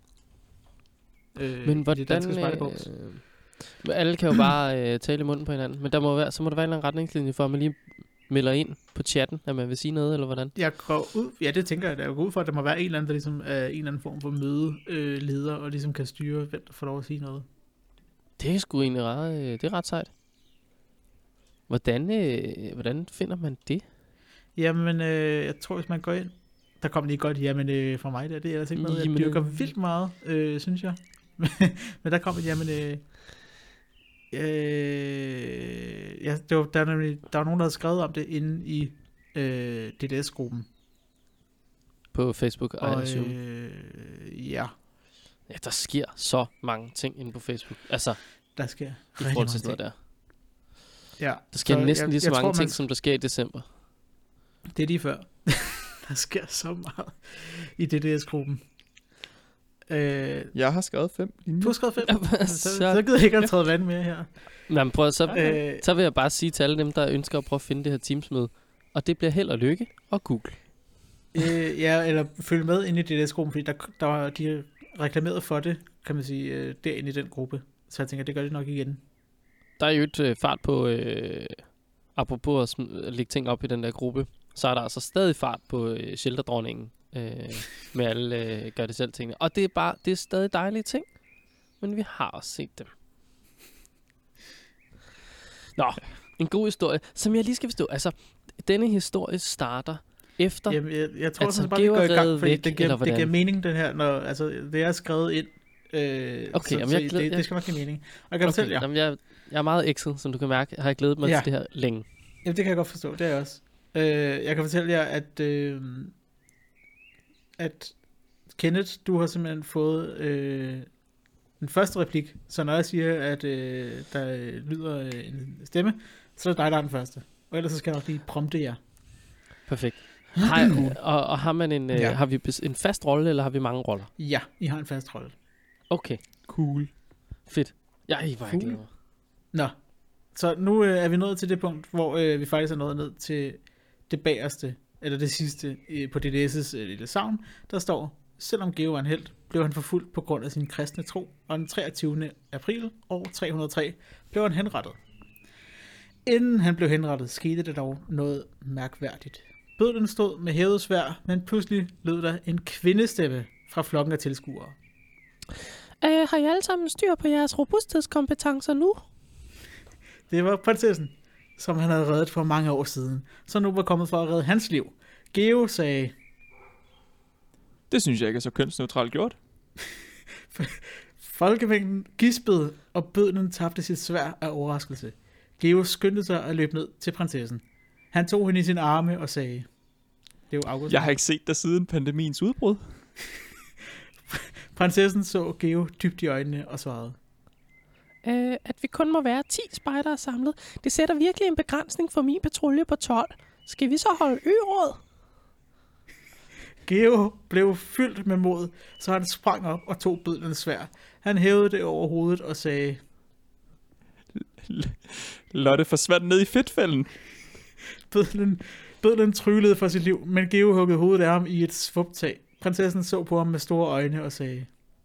Øh, Men i hvordan... det danske spejderkorps. Øh, men alle kan jo bare øh, tale i munden på hinanden. Men der må være, så må der være en eller anden retningslinje for, at man lige melder ind på chatten, at man vil sige noget, eller hvordan? Jeg går ud, ja det tænker jeg, jeg går ud for, at der må være en eller anden, der ligesom er en eller anden form for mødeleder, øh, leder, og ligesom kan styre, hvem der får lov at sige noget. Det er sgu egentlig ret, øh, det er ret sejt. Hvordan, øh, hvordan finder man det? Jamen, øh, jeg tror, hvis man går ind, der kom lige godt, jamen øh, fra mig der, det er ellers ikke noget, jeg Jamen, dyrker øh. vildt meget, øh, synes jeg. Men der kom et, jamen, øh, øh, ja, det var, der, er nemlig, der var nogen, der havde skrevet om det inde i øh, D D S-gruppen. På Facebook, og, Og assume. øh, ja, Ja, der sker så mange ting inde på Facebook. Altså, der sker i rigtig forhold til mange sådan noget ting. der. Ja, Der sker så næsten jeg- lige så jeg mange tror, man ting, som der sker i december. Det er lige før. Der sker så meget i D D S-gruppen. Øh, Jeg har skrevet fem linjer. du har skrevet fem. Jamen, så, så- så gider jeg ikke at træde vand mere her. Nå, men prøv, så, Øh, så vil jeg bare sige til alle dem, der ønsker at prøve at finde det her Teams-møde. Og det bliver held og lykke og Google. øh, ja, eller følge med ind i D D S-gruppen, fordi der, der var de reklameret for det, kan man sige, øh, derinde i den gruppe. Så jeg tænker, det gør det nok igen. Der er jo et øh, fart på, øh, apropos at, sm- at lægge ting op i den der gruppe, så er der altså stadig fart på øh, shelterdronningen øh, med alle øh, gør det selv tingene. Og det er bare, det er stadig dejlige ting, men vi har også set dem. Nå, en god historie, som jeg lige skal forstå. Altså, denne historie starter efter? Jamen, jeg, jeg tror at sådan bare, vi Geo går er i gang, reddet fordi væk, det, eller giver, det hvordan? giver mening, den her, når, altså, det er skrevet ind. Øh, Okay, så, jamen, så jeg glæder- det, jeg- det skal nok give mening. Og jeg kan fortælle jer, Jamen, jeg, jeg er meget exet, som du kan mærke. Jeg har glædet mig Ja. til det her længe. jamen det kan jeg godt forstå, det er jeg også. Øh, jeg kan fortælle jer, at, øh, at Kenneth, du har simpelthen fået øh, den første replik, så når jeg siger, at øh, der øh, lyder øh, en stemme, så er det dig, der er den første. Og ellers så skal jeg nok lige prompte jer. Perfekt. Har, og, og har man en, øh, Ja. har vi bes- en fast rolle, eller har vi mange roller? Ja, I har en fast rolle. Okay, Cool. fedt. Jeg er bare Cool. glæder mig. Nå, så nu øh, er vi nået til det punkt, hvor øh, vi faktisk er nået ned til det bagerste, eller det sidste øh, på D D S' øh, lille savn, der står, selvom Geo var en helt, blev han forfulgt på grund af sin kristne tro, og den treogtyvende april år tre hundrede og tre blev han henrettet. Inden han blev henrettet, skete der dog noget mærkværdigt. Bødlen stod med hævet sværd, men pludselig lød der en kvindestemme fra flokken af tilskuere. Øh, har I alle sammen styr på jeres robusthedskompetencer nu? Det var prinsessen, som han havde reddet for mange år siden, så nu var kommet for at redde hans liv. Geo sagde, Det synes jeg ikke er så kønsneutralt gjort. folkemængden gispede, og bødlen tabte sit sværd af overraskelse. Geo skyndte sig at løbe ned til prinsessen. Han tog hende i sine arme og sagde, det er jo August. Jeg har ikke set dig siden pandemiens udbrud. Prinsessen så Geo dybt i øjnene og svarede, Øh, at vi kun må være ti spejdere samlet. Det sætter virkelig en begrænsning for min patrulje på tolv. Skal vi så holde ø-råd? Geo blev fyldt med mod, så han sprang op og tog bødlens sværd. Han hævede det over hovedet og sagde, Lotte forsvandt ned i fedtfælden. bødlen, bødlen tryllede for sit liv, men Geo huggede hovedet af ham i et svuptag. Prinsessen så på ham med store øjne og sagde,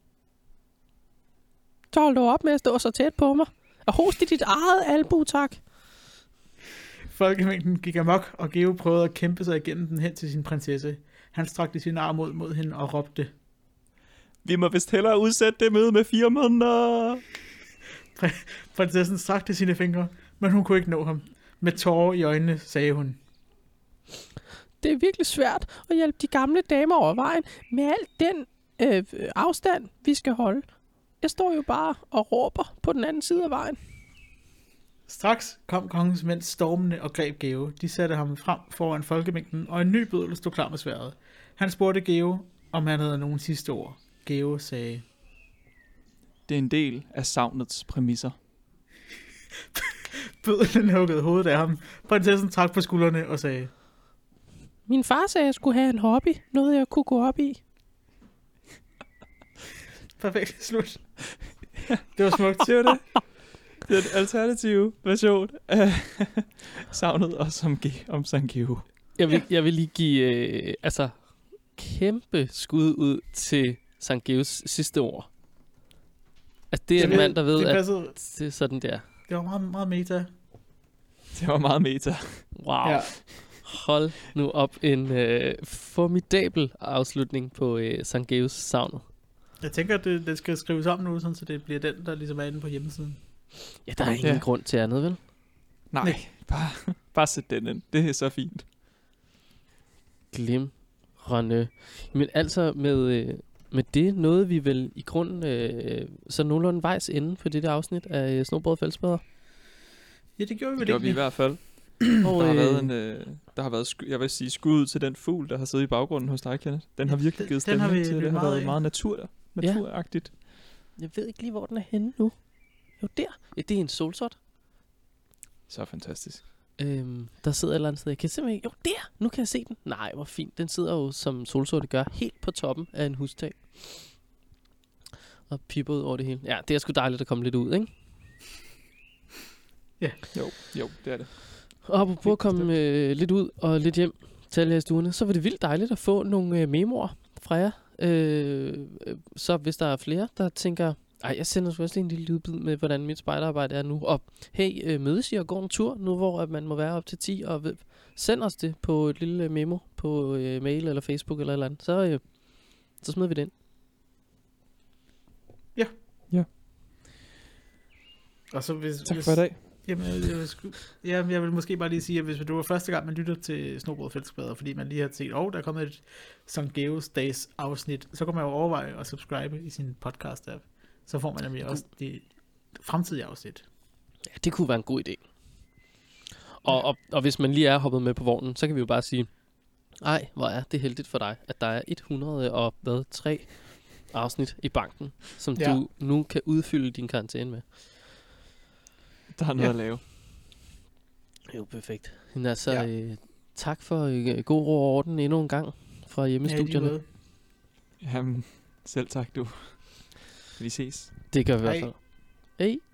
Så hold dog op med at stå så tæt på mig. Og host i dit eget albu, tak. folkemængden gik amok, og Geo prøvede at kæmpe sig igennem den hen til sin prinsesse. Han strakte sin arm ud mod hende og råbte, Vi må vist hellere udsætte det møde med fire måneder. prinsessen strakte sine fingre, men hun kunne ikke nå ham. Med tårer i øjnene sagde hun, Det er virkelig svært at hjælpe de gamle damer over vejen med al den øh, afstand, vi skal holde. Jeg står jo bare og råber på den anden side af vejen. Straks kom kongens mænd stormende og greb Geo. De satte ham frem foran folkemængden, og en ny bøddel stod klar med sværdet. Han spurgte Geo, om han havde nogen sidste ord. Geo sagde, Det er en del af savnets præmisser. bøddelen huggede hovedet af ham. Prinsessen trak på skuldrene og sagde, Min far sagde, at jeg skulle have en hobby. Noget, jeg kunne gå op i. perfekt, slut. Det var smukt. Det var det. Det er en alternativ version af savnet også om, Ge- om Sankt Geo. Jeg vil, jeg vil lige give øh, altså, kæmpe skud ud til Sankt Geos sidste ord. Altså, det er Det en mand, der ved, det at passede, det er sådan der. det var meget, meget meta. Det var meget meta. Wow. Ja. Hold nu op en øh, formidabel afslutning på øh, Sankt Geos savnet. Jeg tænker, at det, det skal skrives om nu, sådan, så det bliver den, der ligesom er inde på hjemmesiden. Ja, der er ingen Ja. grund til andet, vel? Nej, Nej. bare, bare sæt den ind. Det er så fint. Glimrende. Men altså, med, øh, med det nåede vi vel i grunden øh, så nogenlunde vejs inde på det der afsnit af øh, Snobrød og Fællesbader. Ja, det gjorde vi Det vel gjorde vi i egentlig. hvert fald. Og, Der har øh, været en, øh, der har været, sku- jeg vil sige, skud ud til den fugl, der har siddet i baggrunden hos dig, Kenneth. Den har Ja, virkelig den- givet den har stemning vi til, det lidt har meget været af. meget natur, naturagtigt. Jeg ved ikke lige, hvor den er henne nu. Jo, der. Ja, det er en solsort. Så fantastisk. Øhm, der sidder et eller andet sted. Jeg kan simpelthen ikke... Jo, der! Nu kan jeg se den. Nej, hvor fint. Den sidder jo, som solsorte gør, helt på toppen af en hustag. Og pipper ud over det hele. Ja, det er sgu dejligt at komme lidt ud, ikke? Jo, jo, det er det. Og apropos at komme øh, lidt ud og lidt hjem til alle jer i stuerne, så var det vildt dejligt at få nogle øh, memoer fra jer. Øh, øh, så hvis der er flere, der tænker, ej, jeg sender sgu også lige en lille lydbid med, hvordan mit spejderarbejde er nu. Og hey, øh, mødes I og gå en tur, nu hvor at man må være op til ti, og ved, send os det på et lille memo på øh, mail eller Facebook eller et eller andet. Så, øh, så smider vi det ind. Og så hvis, Tak hvis, for i dag. Jamen, jeg, jeg, sku... ja, jeg vil måske bare lige sige, at hvis du var første gang, man lytter til Snobrød og Fællesbader, fordi man lige har set, åh, oh, der er kommet et Sankt Geos dags afsnit, så kan man jo overveje at subscribe i sin podcast-app. Så får man nemlig også de fremtidige afsnit. Ja, det kunne være en god idé. Og, ja. og, og hvis man lige er hoppet med på vognen, så kan vi jo bare sige, ej, hvor er det heldigt for dig, at der er et hundrede og tre afsnit i banken, som ja. du nu kan udfylde din karantæne med. Der er noget Ja. at lave. Jo, perfekt. Men altså, Ja. øh, tak for øh, god ro og orden endnu en gang fra hjemmestudierne. Ja, Jamen, selv tak du. Vi ses. Det gør vi i Hej. hvert fald. Hej.